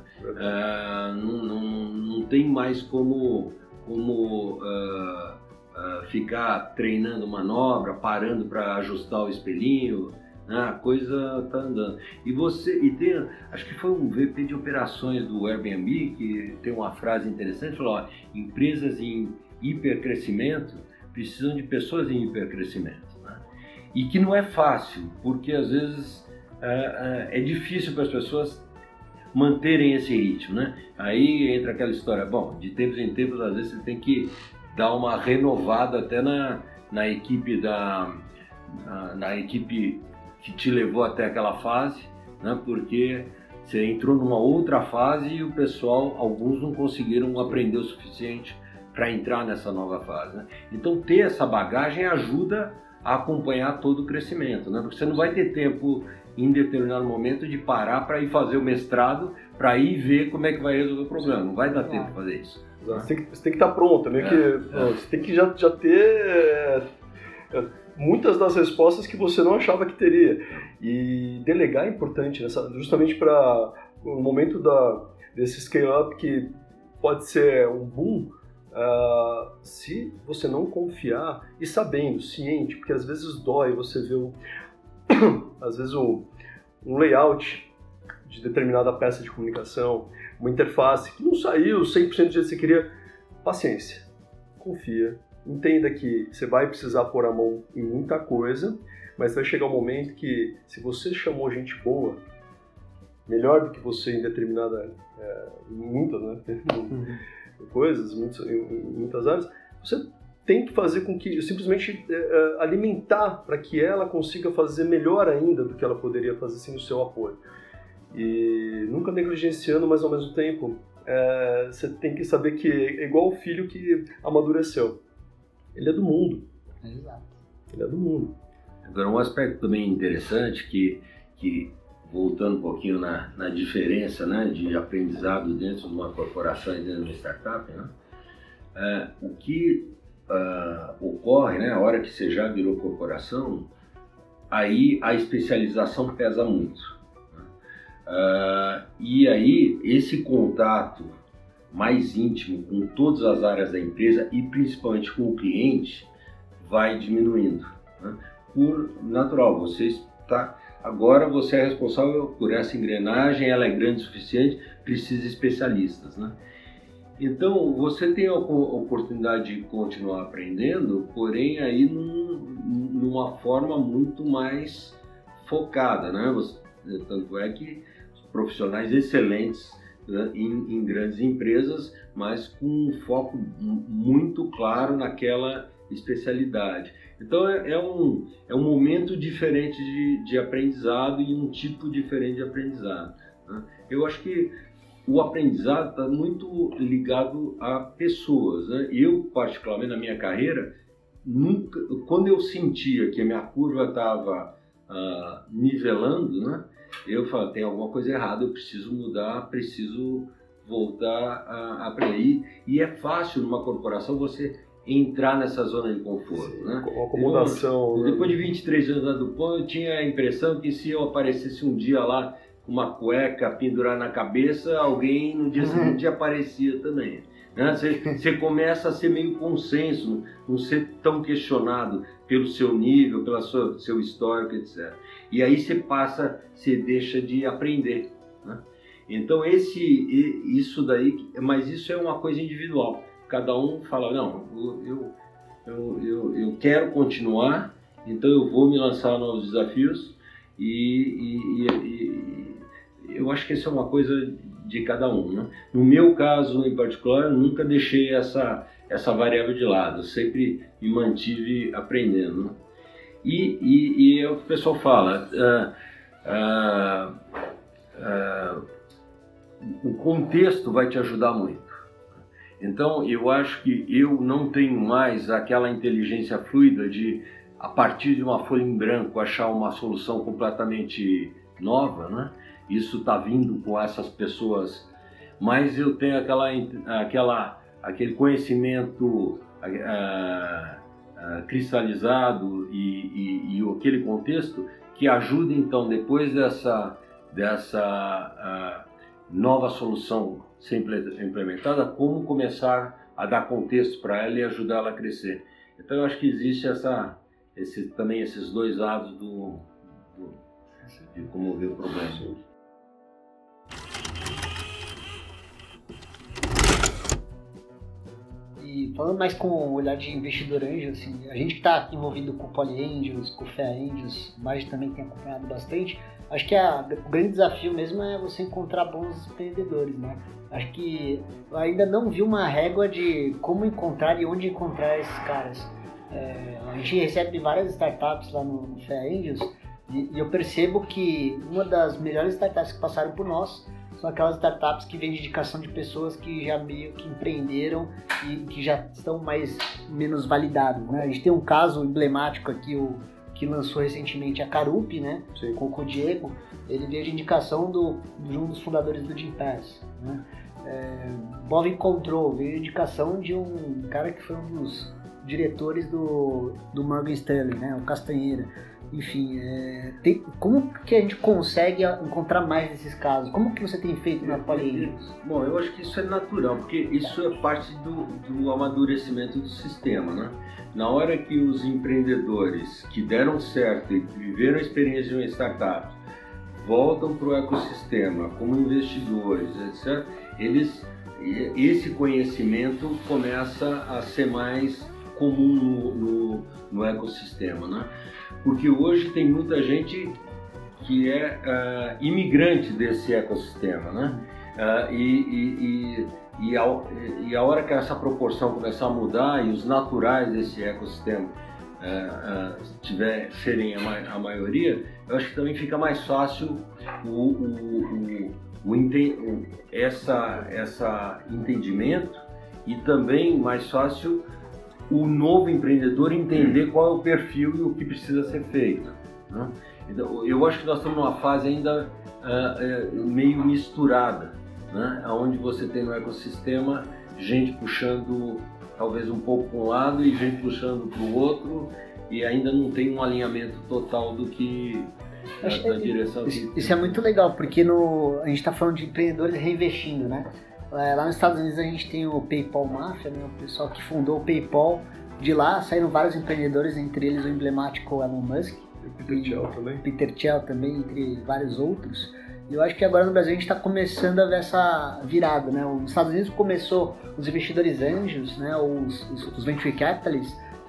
Uh, não, não, não tem mais como, como uh, uh, ficar treinando manobra, parando para ajustar o espelhinho. A coisa tá andando. E você, e tem, acho que foi um V P de operações do Airbnb que tem uma frase interessante, falou, ó, empresas em hipercrescimento precisam de pessoas em hipercrescimento, né? E que não é fácil, porque às vezes é, é, é difícil para as pessoas manterem esse ritmo, né? Aí entra aquela história, bom, de tempos em tempos às vezes você tem que dar uma renovada até na, na equipe da na, na equipe que te levou até aquela fase, né? Porque você entrou numa outra fase e o pessoal, alguns não conseguiram aprender o suficiente para entrar nessa nova fase, né? Então ter essa bagagem ajuda a acompanhar todo o crescimento, né? Porque você não vai ter tempo em determinado momento de parar para ir fazer o mestrado, para ir ver como é que vai resolver o problema, não vai dar tempo de fazer isso. Você tem que, você tem que estar pronto, meio é, que, é. Você tem que já, já ter... É, é, muitas das respostas que você não achava que teria. E delegar é importante, né? Justamente para o momento da, desse scale-up que pode ser um boom, uh, se você não confiar e sabendo, ciente, porque às vezes dói você ver o, às vezes o, um layout de determinada peça de comunicação, uma interface que não saiu cem por cento do jeito que você queria. Paciência, confia. Entenda que você vai precisar pôr a mão em muita coisa, mas vai chegar um momento que, se você chamou gente boa, melhor do que você em determinada, é, muitas, né, uhum. coisas, muitas, em muitas áreas, você tem que fazer com que, simplesmente é, alimentar para que ela consiga fazer melhor ainda do que ela poderia fazer sem o seu apoio. E nunca negligenciando, mas ao mesmo tempo, é, você tem que saber que é igual o filho que amadureceu. Ele é do mundo. Exato. Ele é do mundo. Agora, um aspecto também interessante que, que voltando um pouquinho na, na diferença, né, de aprendizado dentro de uma corporação e dentro de uma startup, né, é, o que uh, ocorre, né, a hora que você já virou corporação, aí a especialização pesa muito. Né? Uh, e aí, esse contato mais íntimo com todas as áreas da empresa e principalmente com o cliente vai diminuindo, né? Por natural, você está agora você é responsável por essa engrenagem, ela é grande o suficiente, precisa de especialistas, né? Então você tem a oportunidade de continuar aprendendo, porém aí num, numa forma muito mais focada, né? Você, tanto é que os profissionais excelentes né, em, em grandes empresas, mas com um foco muito claro naquela especialidade. Então é, é, um, é um momento diferente de, de aprendizado e um tipo diferente de aprendizado, né? Eu acho que o aprendizado está muito ligado a pessoas, né? Eu, particularmente na minha carreira, nunca, quando eu sentia que a minha curva estava uh, nivelando, né, eu falei, tem alguma coisa errada, eu preciso mudar, preciso voltar a aprender. E é fácil numa corporação você entrar nessa zona de conforto, sim, né? Com acomodação. Eu, né? Depois de vinte e três anos na Dupont, eu tinha a impressão que se eu aparecesse um dia lá com uma cueca pendurada na cabeça, alguém no dia seguinte aparecia também. Né? Você, você começa a ser meio consenso, não ser tão questionado pelo seu nível, pelo seu, seu histórico, etcétera. E aí você passa, você deixa de aprender, né? Então esse, isso daí, mas isso é uma coisa individual. Cada um fala, não, eu, eu, eu, eu quero continuar, então eu vou me lançar a novos desafios e, e, e, e eu acho que isso é uma coisa de cada um, né? No meu caso em particular, eu nunca deixei essa, essa variável de lado, eu sempre me mantive aprendendo, né? E, e, e é o que o pessoal fala, uh, uh, uh, o contexto vai te ajudar muito. Então eu acho que eu não tenho mais aquela inteligência fluida de, a partir de uma folha em branco, achar uma solução completamente nova, né? Isso está vindo com essas pessoas, mas eu tenho aquela, aquela, aquele conhecimento uh, uh, cristalizado e, e, e aquele contexto que ajuda então, depois dessa, dessa uh, nova solução ser implementada, como começar a dar contexto para ela e ajudar ela a crescer. Então eu acho que existe essa, esse, também esses dois lados do, do, de como ver o problema. E falando mais com o olhar de investidor anjo, assim, a gente que está envolvido com o Poly Angels, com o Fair Angels, o Maggi também tem acompanhado bastante. Acho que a, o grande desafio mesmo é você encontrar bons empreendedores, né? Acho que eu ainda não vi uma régua de como encontrar e onde encontrar esses caras. É, a gente recebe várias startups lá no, no Fair Angels e, e eu percebo que uma das melhores startups que passaram por nós são aquelas startups que vêm de indicação de pessoas que já meio que empreenderam e que já estão mais menos validados, né? A gente tem um caso emblemático aqui, o que lançou recentemente a Carup, né? Sim. Com o Diego. Ele veio de indicação do, de um dos fundadores do Gympass, né? É, Bovin Control veio de indicação de um cara que foi um dos diretores do, do Morgan Stanley, né? O Castanheira. Enfim, é, tem, como que a gente consegue encontrar mais desses casos? Como que você tem feito na Poly Angels? Bom, eu acho que isso é natural, porque isso é parte do, do amadurecimento do sistema, né? Na hora que os empreendedores que deram certo e viveram a experiência de uma startup voltam para o ecossistema como investidores, etcétera, eles, esse conhecimento começa a ser mais comum no, no, no ecossistema, né? Porque hoje tem muita gente que é uh, imigrante desse ecossistema, né? Uh, e, e, e, e, a, e a hora que essa proporção começar a mudar e os naturais desse ecossistema uh, uh, tiver, serem a, ma a maioria, eu acho que também fica mais fácil o, o, o, o, o essa, essa entendimento e também mais fácil o novo empreendedor entender qual é o perfil e o que precisa ser feito, né? Então, eu acho que nós estamos numa fase ainda uh, uh, meio misturada, né? Onde você tem no ecossistema gente puxando talvez um pouco para um lado e gente puxando para o outro e ainda não tem um alinhamento total do que Acho, da, da direção. Isso, isso é muito legal, porque no, a gente está falando de empreendedores reinvestindo, né? Lá nos Estados Unidos a gente tem o PayPal Mafia, né? O pessoal que fundou o PayPal. De lá saíram vários empreendedores, entre eles o emblemático Elon Musk. E o Peter Thiel também. Peter Thiel também, entre vários outros. E eu acho que agora no Brasil a gente está começando a ver essa virada, né? Os Estados Unidos começou os investidores anjos, né? Os, os, os venture capitalists,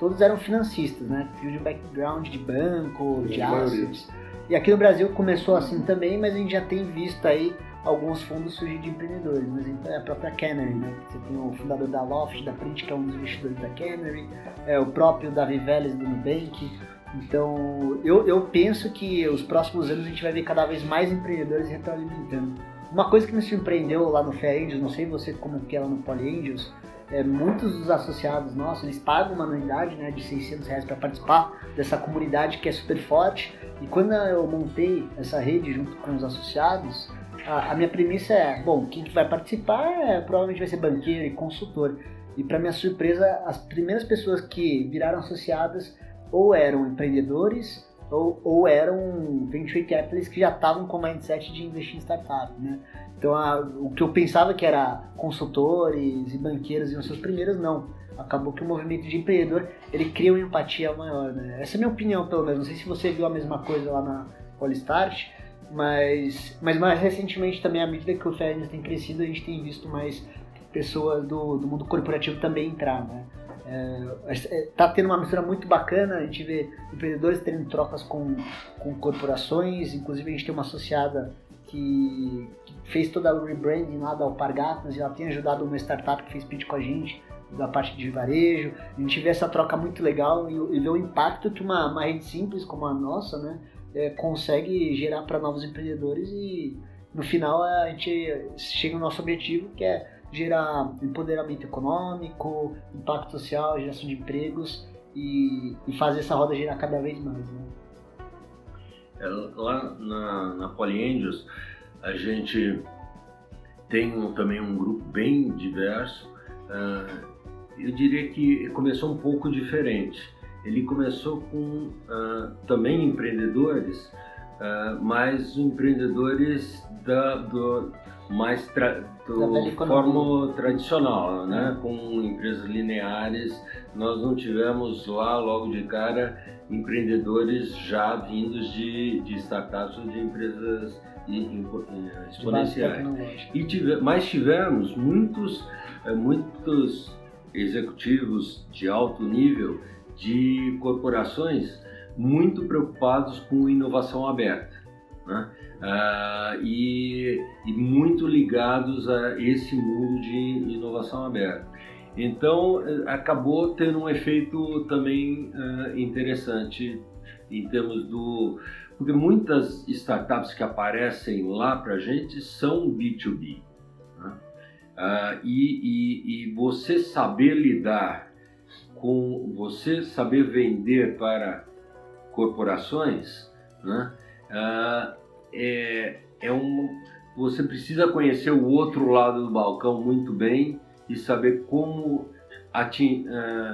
todos eram financistas, né? Tinham de background de banco, de A maioria. assets. E aqui no Brasil começou assim também, mas a gente já tem visto aí alguns fundos surgir de empreendedores. Por exemplo, é a própria Canary, né? Você tem o fundador da Loft, da Print, que é um dos investidores da Canary, é o próprio Davi Vélez do Nubank. Então, eu, eu penso que os próximos anos a gente vai ver cada vez mais empreendedores retroalimentando. Uma coisa que me surpreendeu lá no Fair Angels, não sei você como que é lá no Poly Angels, é, muitos dos associados nossos, eles pagam uma anuidade, né, de seiscentos reais para participar dessa comunidade que é super forte. E quando eu montei essa rede junto com os associados, a, a minha premissa é, bom, quem que vai participar é, provavelmente vai ser banqueiro e consultor. E para minha surpresa, as primeiras pessoas que viraram associadas ou eram empreendedores ou, ou eram venture capitalists que já estavam com o mindset de investir em startup, né? Então, a, o que eu pensava que era consultores e banqueiros iam ser os primeiros, não. Acabou que o movimento de empreendedor, ele cria uma empatia maior, né? Essa é a minha opinião, pelo menos. Não sei se você viu a mesma coisa lá na Polystart, mas, mas mais recentemente também, à medida que o Fair Angels tem crescido, a gente tem visto mais pessoas do, do mundo corporativo também entrar, né? É, tá tendo uma mistura muito bacana, a gente vê empreendedores tendo trocas com, com corporações, inclusive a gente tem uma associada que, que fez toda o rebranding lá da Alpargatas e ela tem ajudado uma startup que fez pitch com a gente, da parte de varejo. A gente vê essa troca muito legal e, e vê o impacto que uma, uma rede simples como a nossa, né, é, consegue gerar para novos empreendedores e no final a gente chega no nosso objetivo, que é gerar empoderamento econômico, impacto social, geração de empregos e, e fazer essa roda girar cada vez mais, né? É, lá na, na Poly Angels, a gente tem um, também um grupo bem diverso. Uh, eu diria que começou um pouco diferente. Ele começou com uh, também empreendedores, uh, mas empreendedores da, do mais tra, do forma tradicional, né? Com empresas lineares. Nós não tivemos lá logo de cara empreendedores já vindos de, de startups ou de empresas exponenciais. E tive, mas tivemos muitos, muitos executivos de alto nível de corporações muito preocupados com inovação aberta, né? Ah, e, e muito ligados a esse mundo de inovação aberta. Então acabou tendo um efeito também uh, interessante em termos do... Porque muitas startups que aparecem lá para a gente são B dois B, né? Uh, e, e, e você saber lidar com... Você saber vender para corporações, né? Uh, é, é um... Você precisa conhecer o outro lado do balcão muito bem e saber como ating, uh,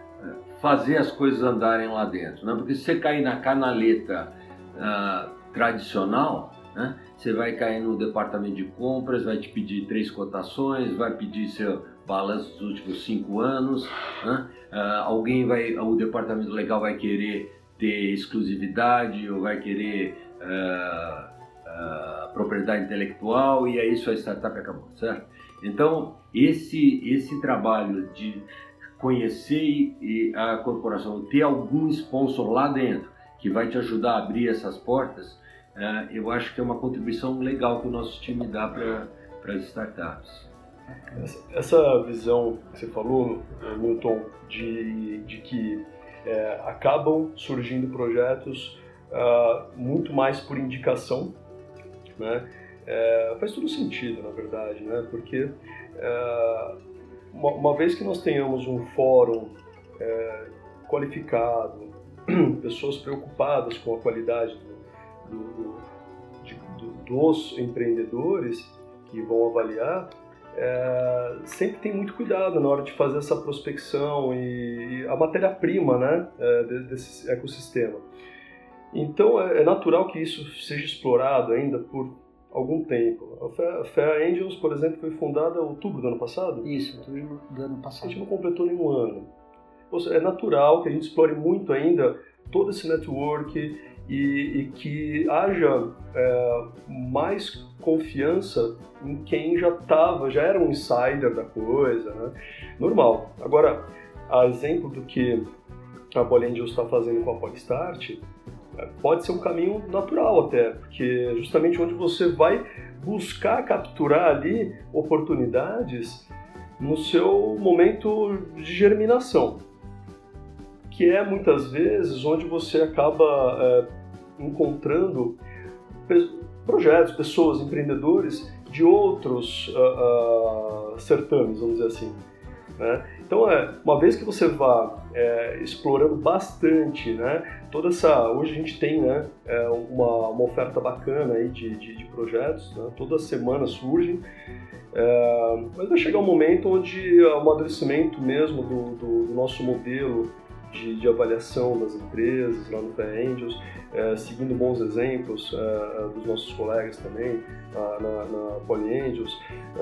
fazer as coisas andarem lá dentro, né? Porque se você cair na canaleta uh, tradicional, né? Você vai cair no departamento de compras, vai te pedir três cotações, vai pedir seu balanço dos últimos cinco anos, né? Uh, alguém vai, o departamento legal vai querer ter exclusividade ou vai querer uh, uh, propriedade intelectual e aí sua startup acabou, certo? Então, esse, esse trabalho de conhecer a corporação, ter algum sponsor lá dentro que vai te ajudar a abrir essas portas, eu acho que é uma contribuição legal que o nosso time dá para as startups. Essa, essa visão que você falou, Milton, de, de que é, acabam surgindo projetos uh, muito mais por indicação, né? É, faz todo sentido, na verdade, né? Porque é, uma, uma vez que nós tenhamos um fórum é, qualificado, pessoas preocupadas com a qualidade do, do, de, do, dos empreendedores que vão avaliar, é, sempre tem muito cuidado na hora de fazer essa prospecção e, e a matéria-prima, né, é, desse ecossistema. Então é, é natural que isso seja explorado ainda por algum tempo. A Fair Angels, por exemplo, foi fundada em outubro do ano passado? Isso, outubro do ano passado. A gente não completou nenhum ano. Ou seja, é natural que a gente explore muito ainda todo esse network e, e que haja é, mais confiança em quem já estava, já era um insider da coisa, né? Normal. Agora, a exemplo do que a Polyangels está fazendo com a Polystart, pode ser um caminho natural até, porque é justamente onde você vai buscar capturar ali oportunidades no seu momento de germinação, que é muitas vezes onde você acaba é, encontrando projetos, pessoas, empreendedores de outros uh, uh, certames, vamos dizer assim. Né? Então, é, uma vez que você vá é, explorando bastante, né, toda essa... Hoje a gente tem, né, é, uma, uma oferta bacana aí de, de, de projetos, né, toda semana surgem, é, mas vai chegar um momento onde o amadurecimento mesmo do, do, do nosso modelo de, de avaliação das empresas lá no Fair Angels, é, seguindo bons exemplos é, dos nossos colegas também, na, na, na Polyangels,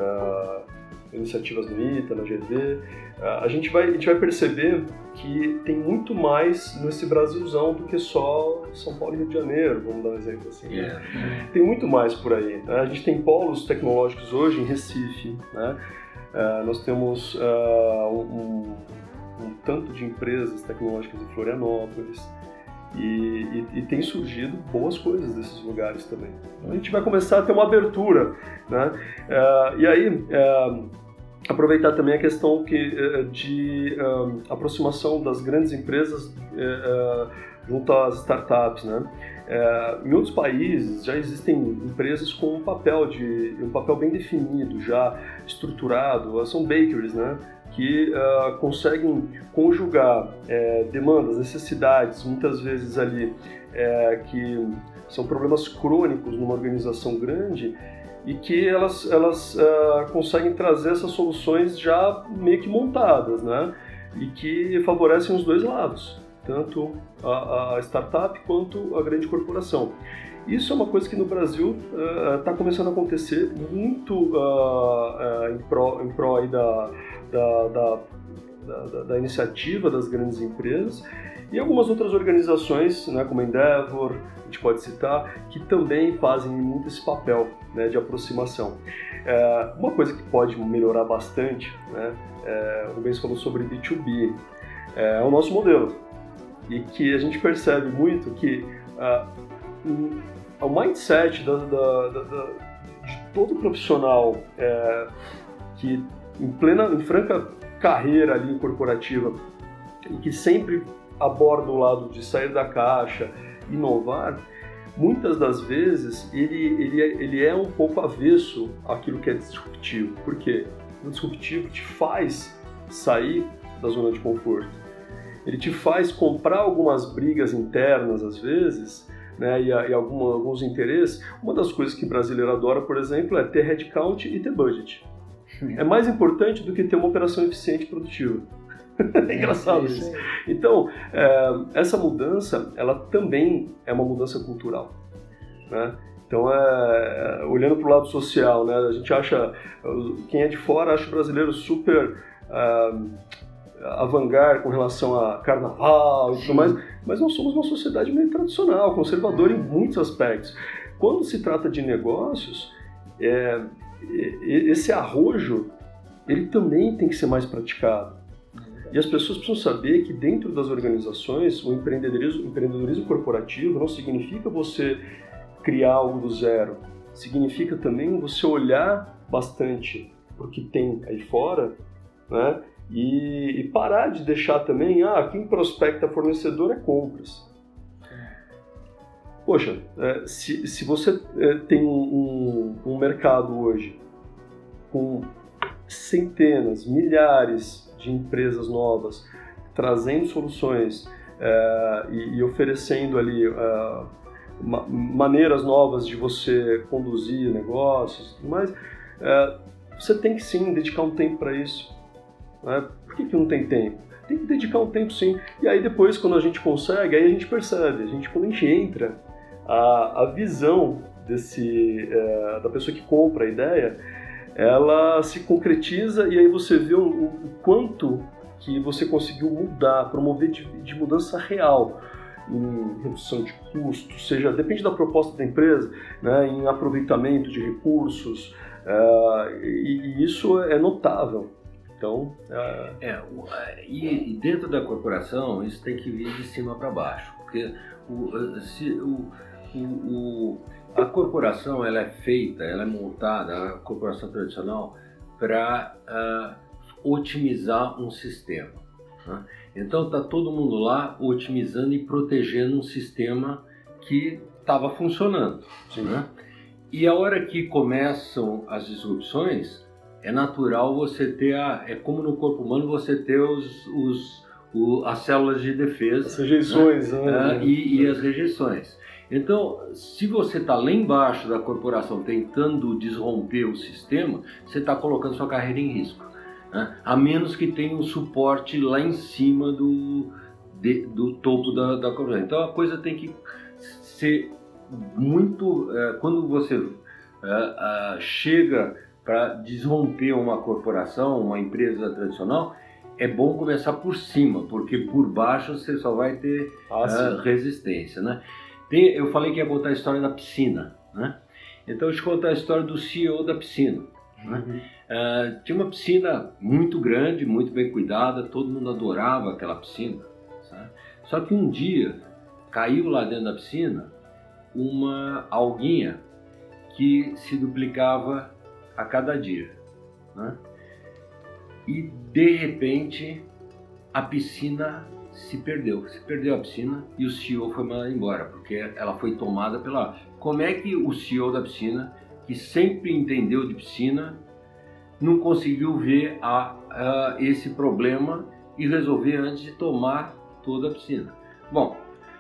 é, iniciativas no I T A, na G D, a gente vai, a gente vai perceber que tem muito mais nesse Brasilzão do que só São Paulo e Rio de Janeiro, vamos dar um exemplo assim. Yeah. Tem muito mais por aí. Né? A gente tem polos tecnológicos hoje em Recife, né? Uh, nós temos uh, um, um tanto de empresas tecnológicas em Florianópolis e, e, e tem surgido boas coisas desses lugares também. Então, a gente vai começar a ter uma abertura, né? Uh, e aí... Uh, aproveitar também a questão que, de uh, aproximação das grandes empresas uh, junto às startups, né? Uh, em outros países já existem empresas com um papel, de, um papel bem definido, já estruturado, são bakeries, né? Que uh, conseguem conjugar uh, demandas, necessidades, muitas vezes ali, uh, que são problemas crônicos numa organização grande, e que elas, elas uh, conseguem trazer essas soluções já meio que montadas, né? E que favorecem os dois lados, tanto a, a startup quanto a grande corporação. Isso é uma coisa que no Brasil está uh, começando a acontecer muito uh, uh, em pró, em pró aí da, da, da, da, da iniciativa das grandes empresas, e algumas outras organizações, né, como a Endeavor, a gente pode citar, que também fazem muito esse papel, né, de aproximação. É, uma coisa que pode melhorar bastante, né, é, o Rubens falou sobre B dois B, é, é o nosso modelo, e que a gente percebe muito que uh, um, o mindset da, da, da, da, de todo profissional é, que em plena, em franca carreira ali corporativa, e que sempre aborda o lado de sair da caixa, inovar, muitas das vezes ele, ele, ele é um pouco avesso àquilo que é disruptivo. Por quê? O disruptivo te faz sair da zona de conforto. Ele te faz comprar algumas brigas internas, às vezes, né, e, e alguma, alguns interesses. Uma das coisas que o brasileiro adora, por exemplo, é ter headcount e ter budget. É mais importante do que ter uma operação eficiente e produtiva. É engraçado isso. Então, é, essa mudança, ela também é uma mudança cultural, né? Então, é, olhando para o lado social, né, a gente acha, quem é de fora acha o brasileiro super uh, avant-garde com relação a carnaval e tudo mais, mas nós somos uma sociedade meio tradicional, conservadora em muitos aspectos. Quando se trata de negócios, é, esse arrojo, ele também tem que ser mais praticado. E as pessoas precisam saber que dentro das organizações, o empreendedorismo, o empreendedorismo corporativo não significa você criar algo do zero. Significa também você olhar bastante para o que tem aí fora, né? E, e parar de deixar também, ah, quem prospecta fornecedor é compras. Poxa, é, se, se você é, tem um, um, um mercado hoje com centenas, milhares de empresas novas, trazendo soluções é, e, e oferecendo ali é, ma- maneiras novas de você conduzir negócios e tudo mais, é, você tem que sim dedicar um tempo para isso. Né? Por que que não tem tempo? Tem que dedicar um tempo sim. E aí depois, quando a gente consegue, aí a gente percebe, a gente, quando a gente entra, a, a visão desse, é, da pessoa que compra a ideia, ela se concretiza e aí você vê o, o quanto que você conseguiu mudar, promover de, de mudança real em redução de custos, seja, depende da proposta da empresa, né, em aproveitamento de recursos, uh, e, e isso é notável. Então, é... é o, e, e dentro da corporação isso tem que vir de cima para baixo, porque o, se, o, o, o, a corporação ela é feita, ela é montada, a corporação tradicional, para uh, otimizar um sistema, né? Então está todo mundo lá otimizando e protegendo um sistema que estava funcionando, né? E a hora que começam as disrupções, é natural você ter, a, é como no corpo humano, você ter os, os, o, as células de defesa. As rejeições. Né? Né? É, e, e as rejeições. Então, se você está lá embaixo da corporação tentando desromper o sistema, você está colocando sua carreira em risco, né? A menos que tenha um suporte lá em cima do, de, do topo da, da corporação. Então, a coisa tem que ser muito... É, quando você é, é, chega para desromper uma corporação, uma empresa tradicional, é bom começar por cima, porque por baixo você só vai ter ah, uh, resistência, né? Tem, eu falei que ia contar a história da piscina, né? Então deixa eu contar a história do C E O da piscina, né? Uhum. Uh, tinha uma piscina muito grande, muito bem cuidada, todo mundo adorava aquela piscina, sabe? Só que um dia caiu lá dentro da piscina uma alguinha que se duplicava a cada dia, né? E de repente a piscina se perdeu, se perdeu a piscina e o C E O foi mandado embora, porque ela foi tomada pela... Como é que o C E O da piscina, que sempre entendeu de piscina, não conseguiu ver a, a, esse problema e resolver antes de tomar toda a piscina? Bom,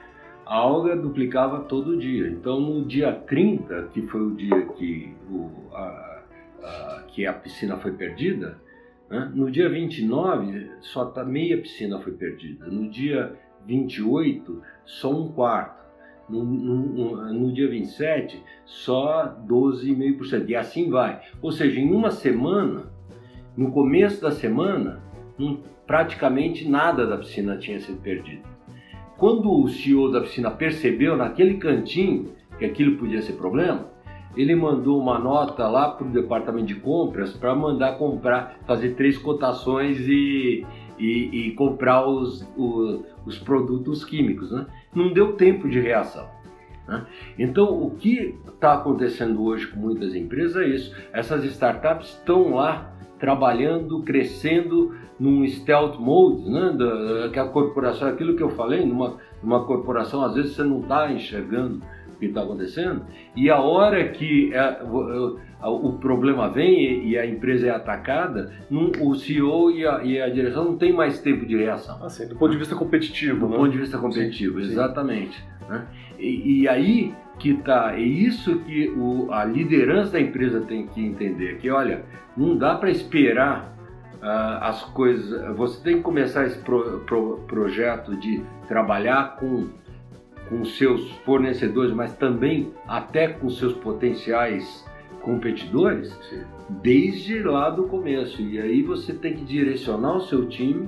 a alga duplicava todo dia, então no dia trinta, que foi o dia que, o, a, a, que a piscina foi perdida, né? No dia vinte e nove, só tá, meia piscina foi perdida. No dia vinte e oito, só um quarto. No, no, no dia vinte e sete, só doze vírgula cinco por cento. E assim vai. Ou seja, em uma semana, no começo da semana, não, praticamente nada da piscina tinha sido perdido. Quando o C E O da piscina percebeu naquele cantinho que aquilo podia ser problema, ele mandou uma nota lá para o departamento de compras para mandar comprar, fazer três cotações e, e, e comprar os, os, os produtos químicos, né? Não deu tempo de reação, né? Então, o que está acontecendo hoje com muitas empresas é isso. Essas startups estão lá trabalhando, crescendo num stealth mode, né? Da, que a corporação, aquilo que eu falei, numa, numa corporação, às vezes você não está enxergando que está acontecendo, e a hora que é, o, o problema vem e a empresa é atacada, não, o C E O e a, e a direção não tem mais tempo de reação. Assim, do ponto de vista competitivo, do né? ponto de vista competitivo, sim, exatamente. Sim. Né? E, e aí que está, é isso que o, a liderança da empresa tem que entender, que olha, não dá para esperar uh, as coisas, você tem que começar esse pro, pro, projeto de trabalhar com com seus fornecedores, mas também até com seus potenciais competidores, sim, desde lá do começo. E aí você tem que direcionar o seu time,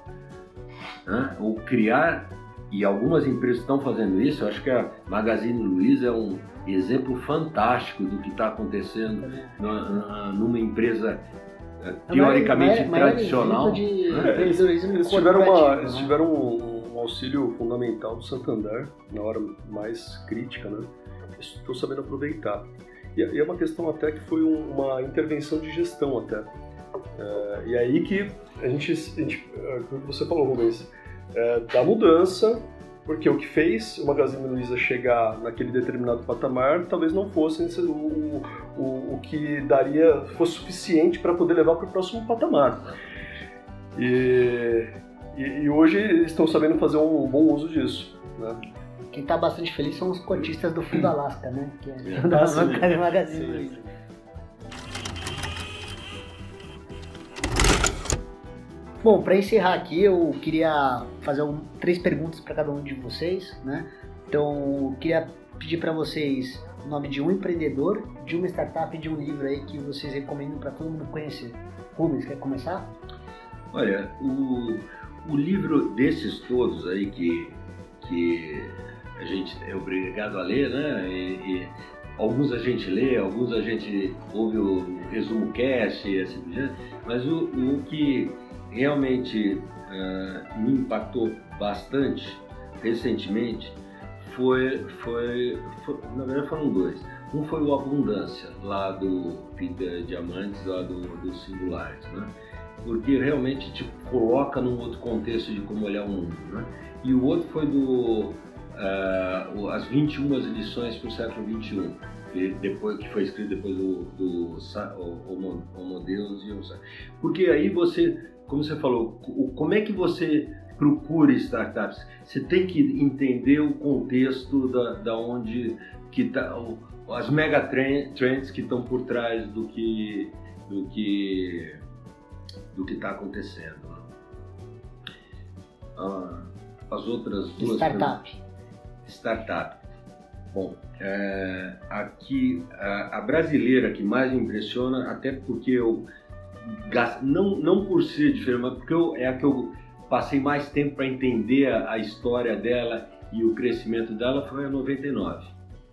né, ou criar, e algumas empresas estão fazendo isso. Eu acho que a Magazine Luiza é um exemplo fantástico do que está acontecendo numa, numa empresa teoricamente maior, maior tradicional. De né? Eles, eles tiveram, uma, eles tiveram um Um auxílio fundamental do Santander na hora mais crítica, né? Estou sabendo aproveitar. E, e é uma questão até que foi um, uma intervenção de gestão até. É, e aí que a gente, a gente como você falou, Rubens, é, da mudança, porque o que fez o Magazine Luiza chegar naquele determinado patamar talvez não fosse o, o, o que daria, fosse suficiente para poder levar para o próximo patamar. E E, e hoje eles estão sabendo fazer um bom uso disso, né? Quem está bastante feliz são os cotistas do Fundo Alasca, né? Que é, é. da bancada Magazine Luiza. Bom, para encerrar aqui, eu queria fazer um, três perguntas para cada um de vocês, né? Então, eu queria pedir para vocês o nome de um empreendedor, de uma startup e de um livro aí que vocês recomendam para todo mundo conhecer. Rubens, quer começar? Olha, o, o livro desses todos aí que, que a gente é obrigado a ler, né? E, e alguns a gente lê, alguns a gente ouve o resumo cast e assim por diante, mas o, o que realmente uh, me impactou bastante recentemente foi, foi, foi, na verdade foram dois. Um foi o Abundância, lá do Peter Diamandis, lá do, do Singulares, né? Porque realmente te coloca num outro contexto de como olhar o mundo, né? E o outro foi do uh, as vinte e uma lições para o século vinte e um, que, depois, que foi escrito depois do, do Homo, Homo Deus e Homo Sapiens. Porque aí você, como você falou, como é que você procura startups? Você tem que entender o contexto da, da onde que tá, as mega trends que estão por trás do que do que do que está acontecendo. Ah, as outras duas startup. Startup. Bom, é, aqui a, a brasileira que mais me impressiona, até porque eu não não por ser diferente, mas porque eu, é a que eu passei mais tempo para entender a, a história dela e o crescimento dela, foi a noventa e nove.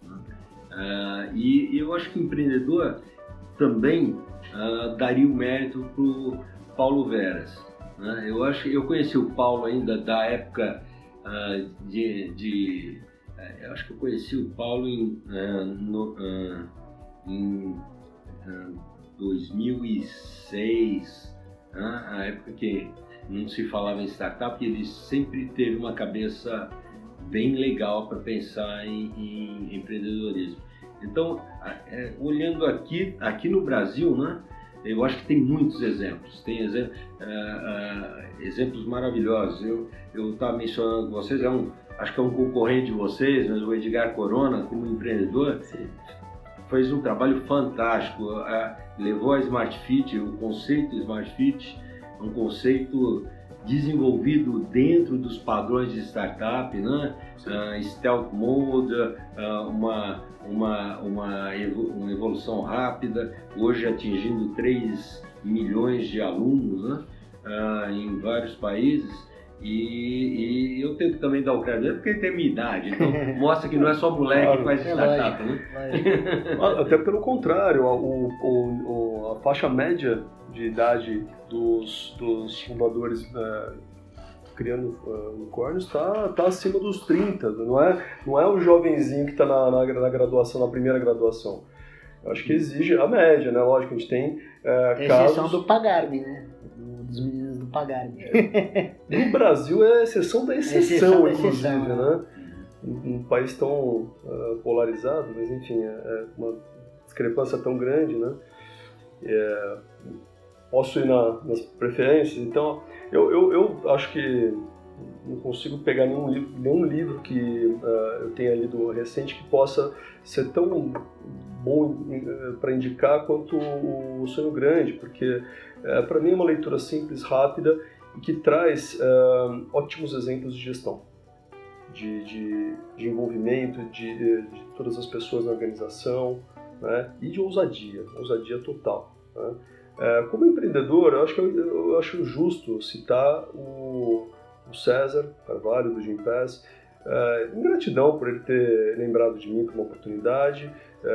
Uh, e, e eu acho que o empreendedor também uh, daria o mérito para o Paulo Veras, né? Eu acho que eu conheci o Paulo ainda da época uh, de, de uh, eu acho que eu conheci o Paulo em, uh, no, uh, em uh, dois mil e seis, uh, a época que não se falava em startup, e ele sempre teve uma cabeça bem legal para pensar em, em empreendedorismo. Então, é, olhando aqui, aqui no Brasil, né, eu acho que tem muitos exemplos, tem exemplo, uh, uh, exemplos maravilhosos. Eu estava mencionando com vocês, é um, acho que é um concorrente de vocês, mas o Edgar Corona, como empreendedor, sim, fez um trabalho fantástico, uh, levou a Smart Fit, o conceito Smart Fit, um conceito desenvolvido dentro dos padrões de startup, né? Uh, stealth mode, uh, uma, uma, uma, evo, uma evolução rápida, hoje atingindo três milhões de alunos, né? uh, em vários países. E, e eu tento também dar o crédito porque ele tem a minha idade, então mostra que não é só moleque claro, que faz é startup, lógico, né? Até pelo contrário, o, o, o, a faixa média de idade dos, dos fundadores uh, criando uh, unicórnios está tá acima dos trinta, não é, não é o jovenzinho que está na, na, na graduação, na primeira graduação. Eu acho que exige a média, né? Lógico, a gente tem uh, casos... exceção do Pagarme, né? Dos meninos do Pagarme. No Brasil é exceção da exceção, exceção inclusive, exceção, né? Um, um país tão uh, polarizado, mas enfim, é, é uma discrepância tão grande, né? É, posso ir na, nas preferências, então eu, eu, eu acho que não consigo pegar nenhum livro, nenhum livro que uh, eu tenha lido recente que possa ser tão bom uh, para indicar quanto o Sonho Grande, porque uh, para mim é uma leitura simples, rápida e que traz uh, ótimos exemplos de gestão, de, de, de envolvimento de, de todas as pessoas na organização, né? E de ousadia, ousadia total, né? Uh, como empreendedor, eu acho que eu, eu acho justo citar o o César Carvalho, do Gympass, uh, em gratidão por ele ter lembrado de mim por uma oportunidade,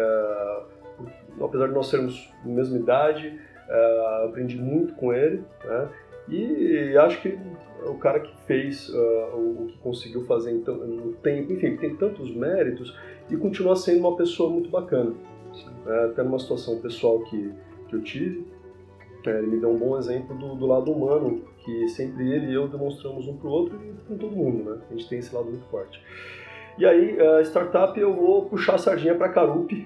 uh, apesar de nós sermos da mesma idade, uh, aprendi muito com ele, né? E acho que o cara que fez uh, o, o que conseguiu fazer então, no tempo, enfim, tem tantos méritos e continua sendo uma pessoa muito bacana. Uh, até numa situação pessoal que, que eu tive, uh, ele me deu um bom exemplo do, do lado humano, que sempre ele e eu demonstramos um para o outro e com todo mundo, né? A gente tem esse lado muito forte. E aí, a startup, eu vou puxar a sardinha para a Carup.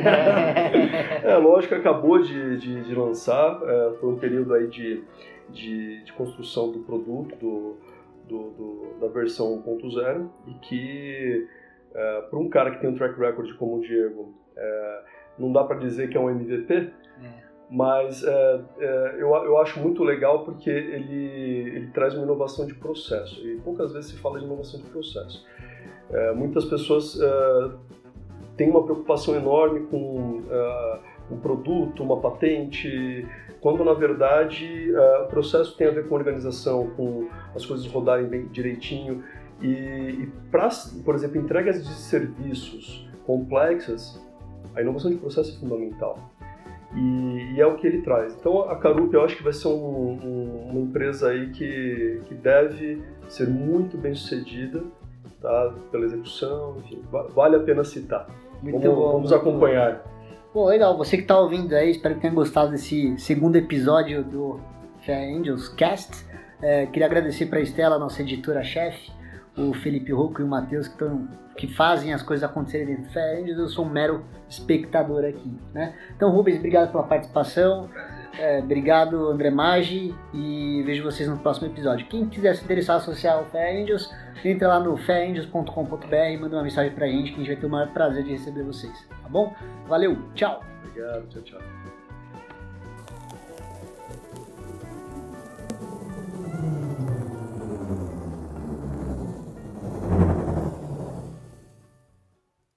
É lógico que acabou de, de, de lançar, é, foi um período aí de, de, de construção do produto, do, do, do, da versão um ponto zero, e que, é, para um cara que tem um track record como o Diego, é, não dá para dizer que é um M V P, é. Mas é, é, eu, eu acho muito legal porque ele, ele traz uma inovação de processo, e poucas vezes se fala de inovação de processo. É, muitas pessoas é, têm uma preocupação enorme com é, um produto, uma patente, quando na verdade é, o processo tem a ver com organização, com as coisas rodarem bem direitinho, e, e para, por exemplo, entregas de serviços complexas, A inovação de processo é fundamental. E, e é o que ele traz. Então a Carup eu acho que vai ser um, um, uma empresa aí que, que deve ser muito bem sucedida, tá? Pela execução, enfim, vale a pena citar. Muito vamos, bom, vamos muito acompanhar. Bom, legal. Você que está ouvindo aí, espero que tenha gostado desse segundo episódio do Fair Angels Cast. É, queria agradecer para a Estela, nossa editora-chefe, o Felipe Rocco e o Matheus, que, tão, que fazem as coisas acontecerem dentro do Fair Angels. Eu sou um mero espectador aqui, né? Então, Rubens, obrigado pela participação. É, obrigado, André Maggi, e vejo vocês no próximo episódio. Quem quiser se interessar em associar ao Fair Angels, entra lá no fair angels ponto com ponto b r e manda uma mensagem pra gente que a gente vai ter o maior prazer de receber vocês, tá bom? Valeu, tchau! Obrigado, tchau, tchau.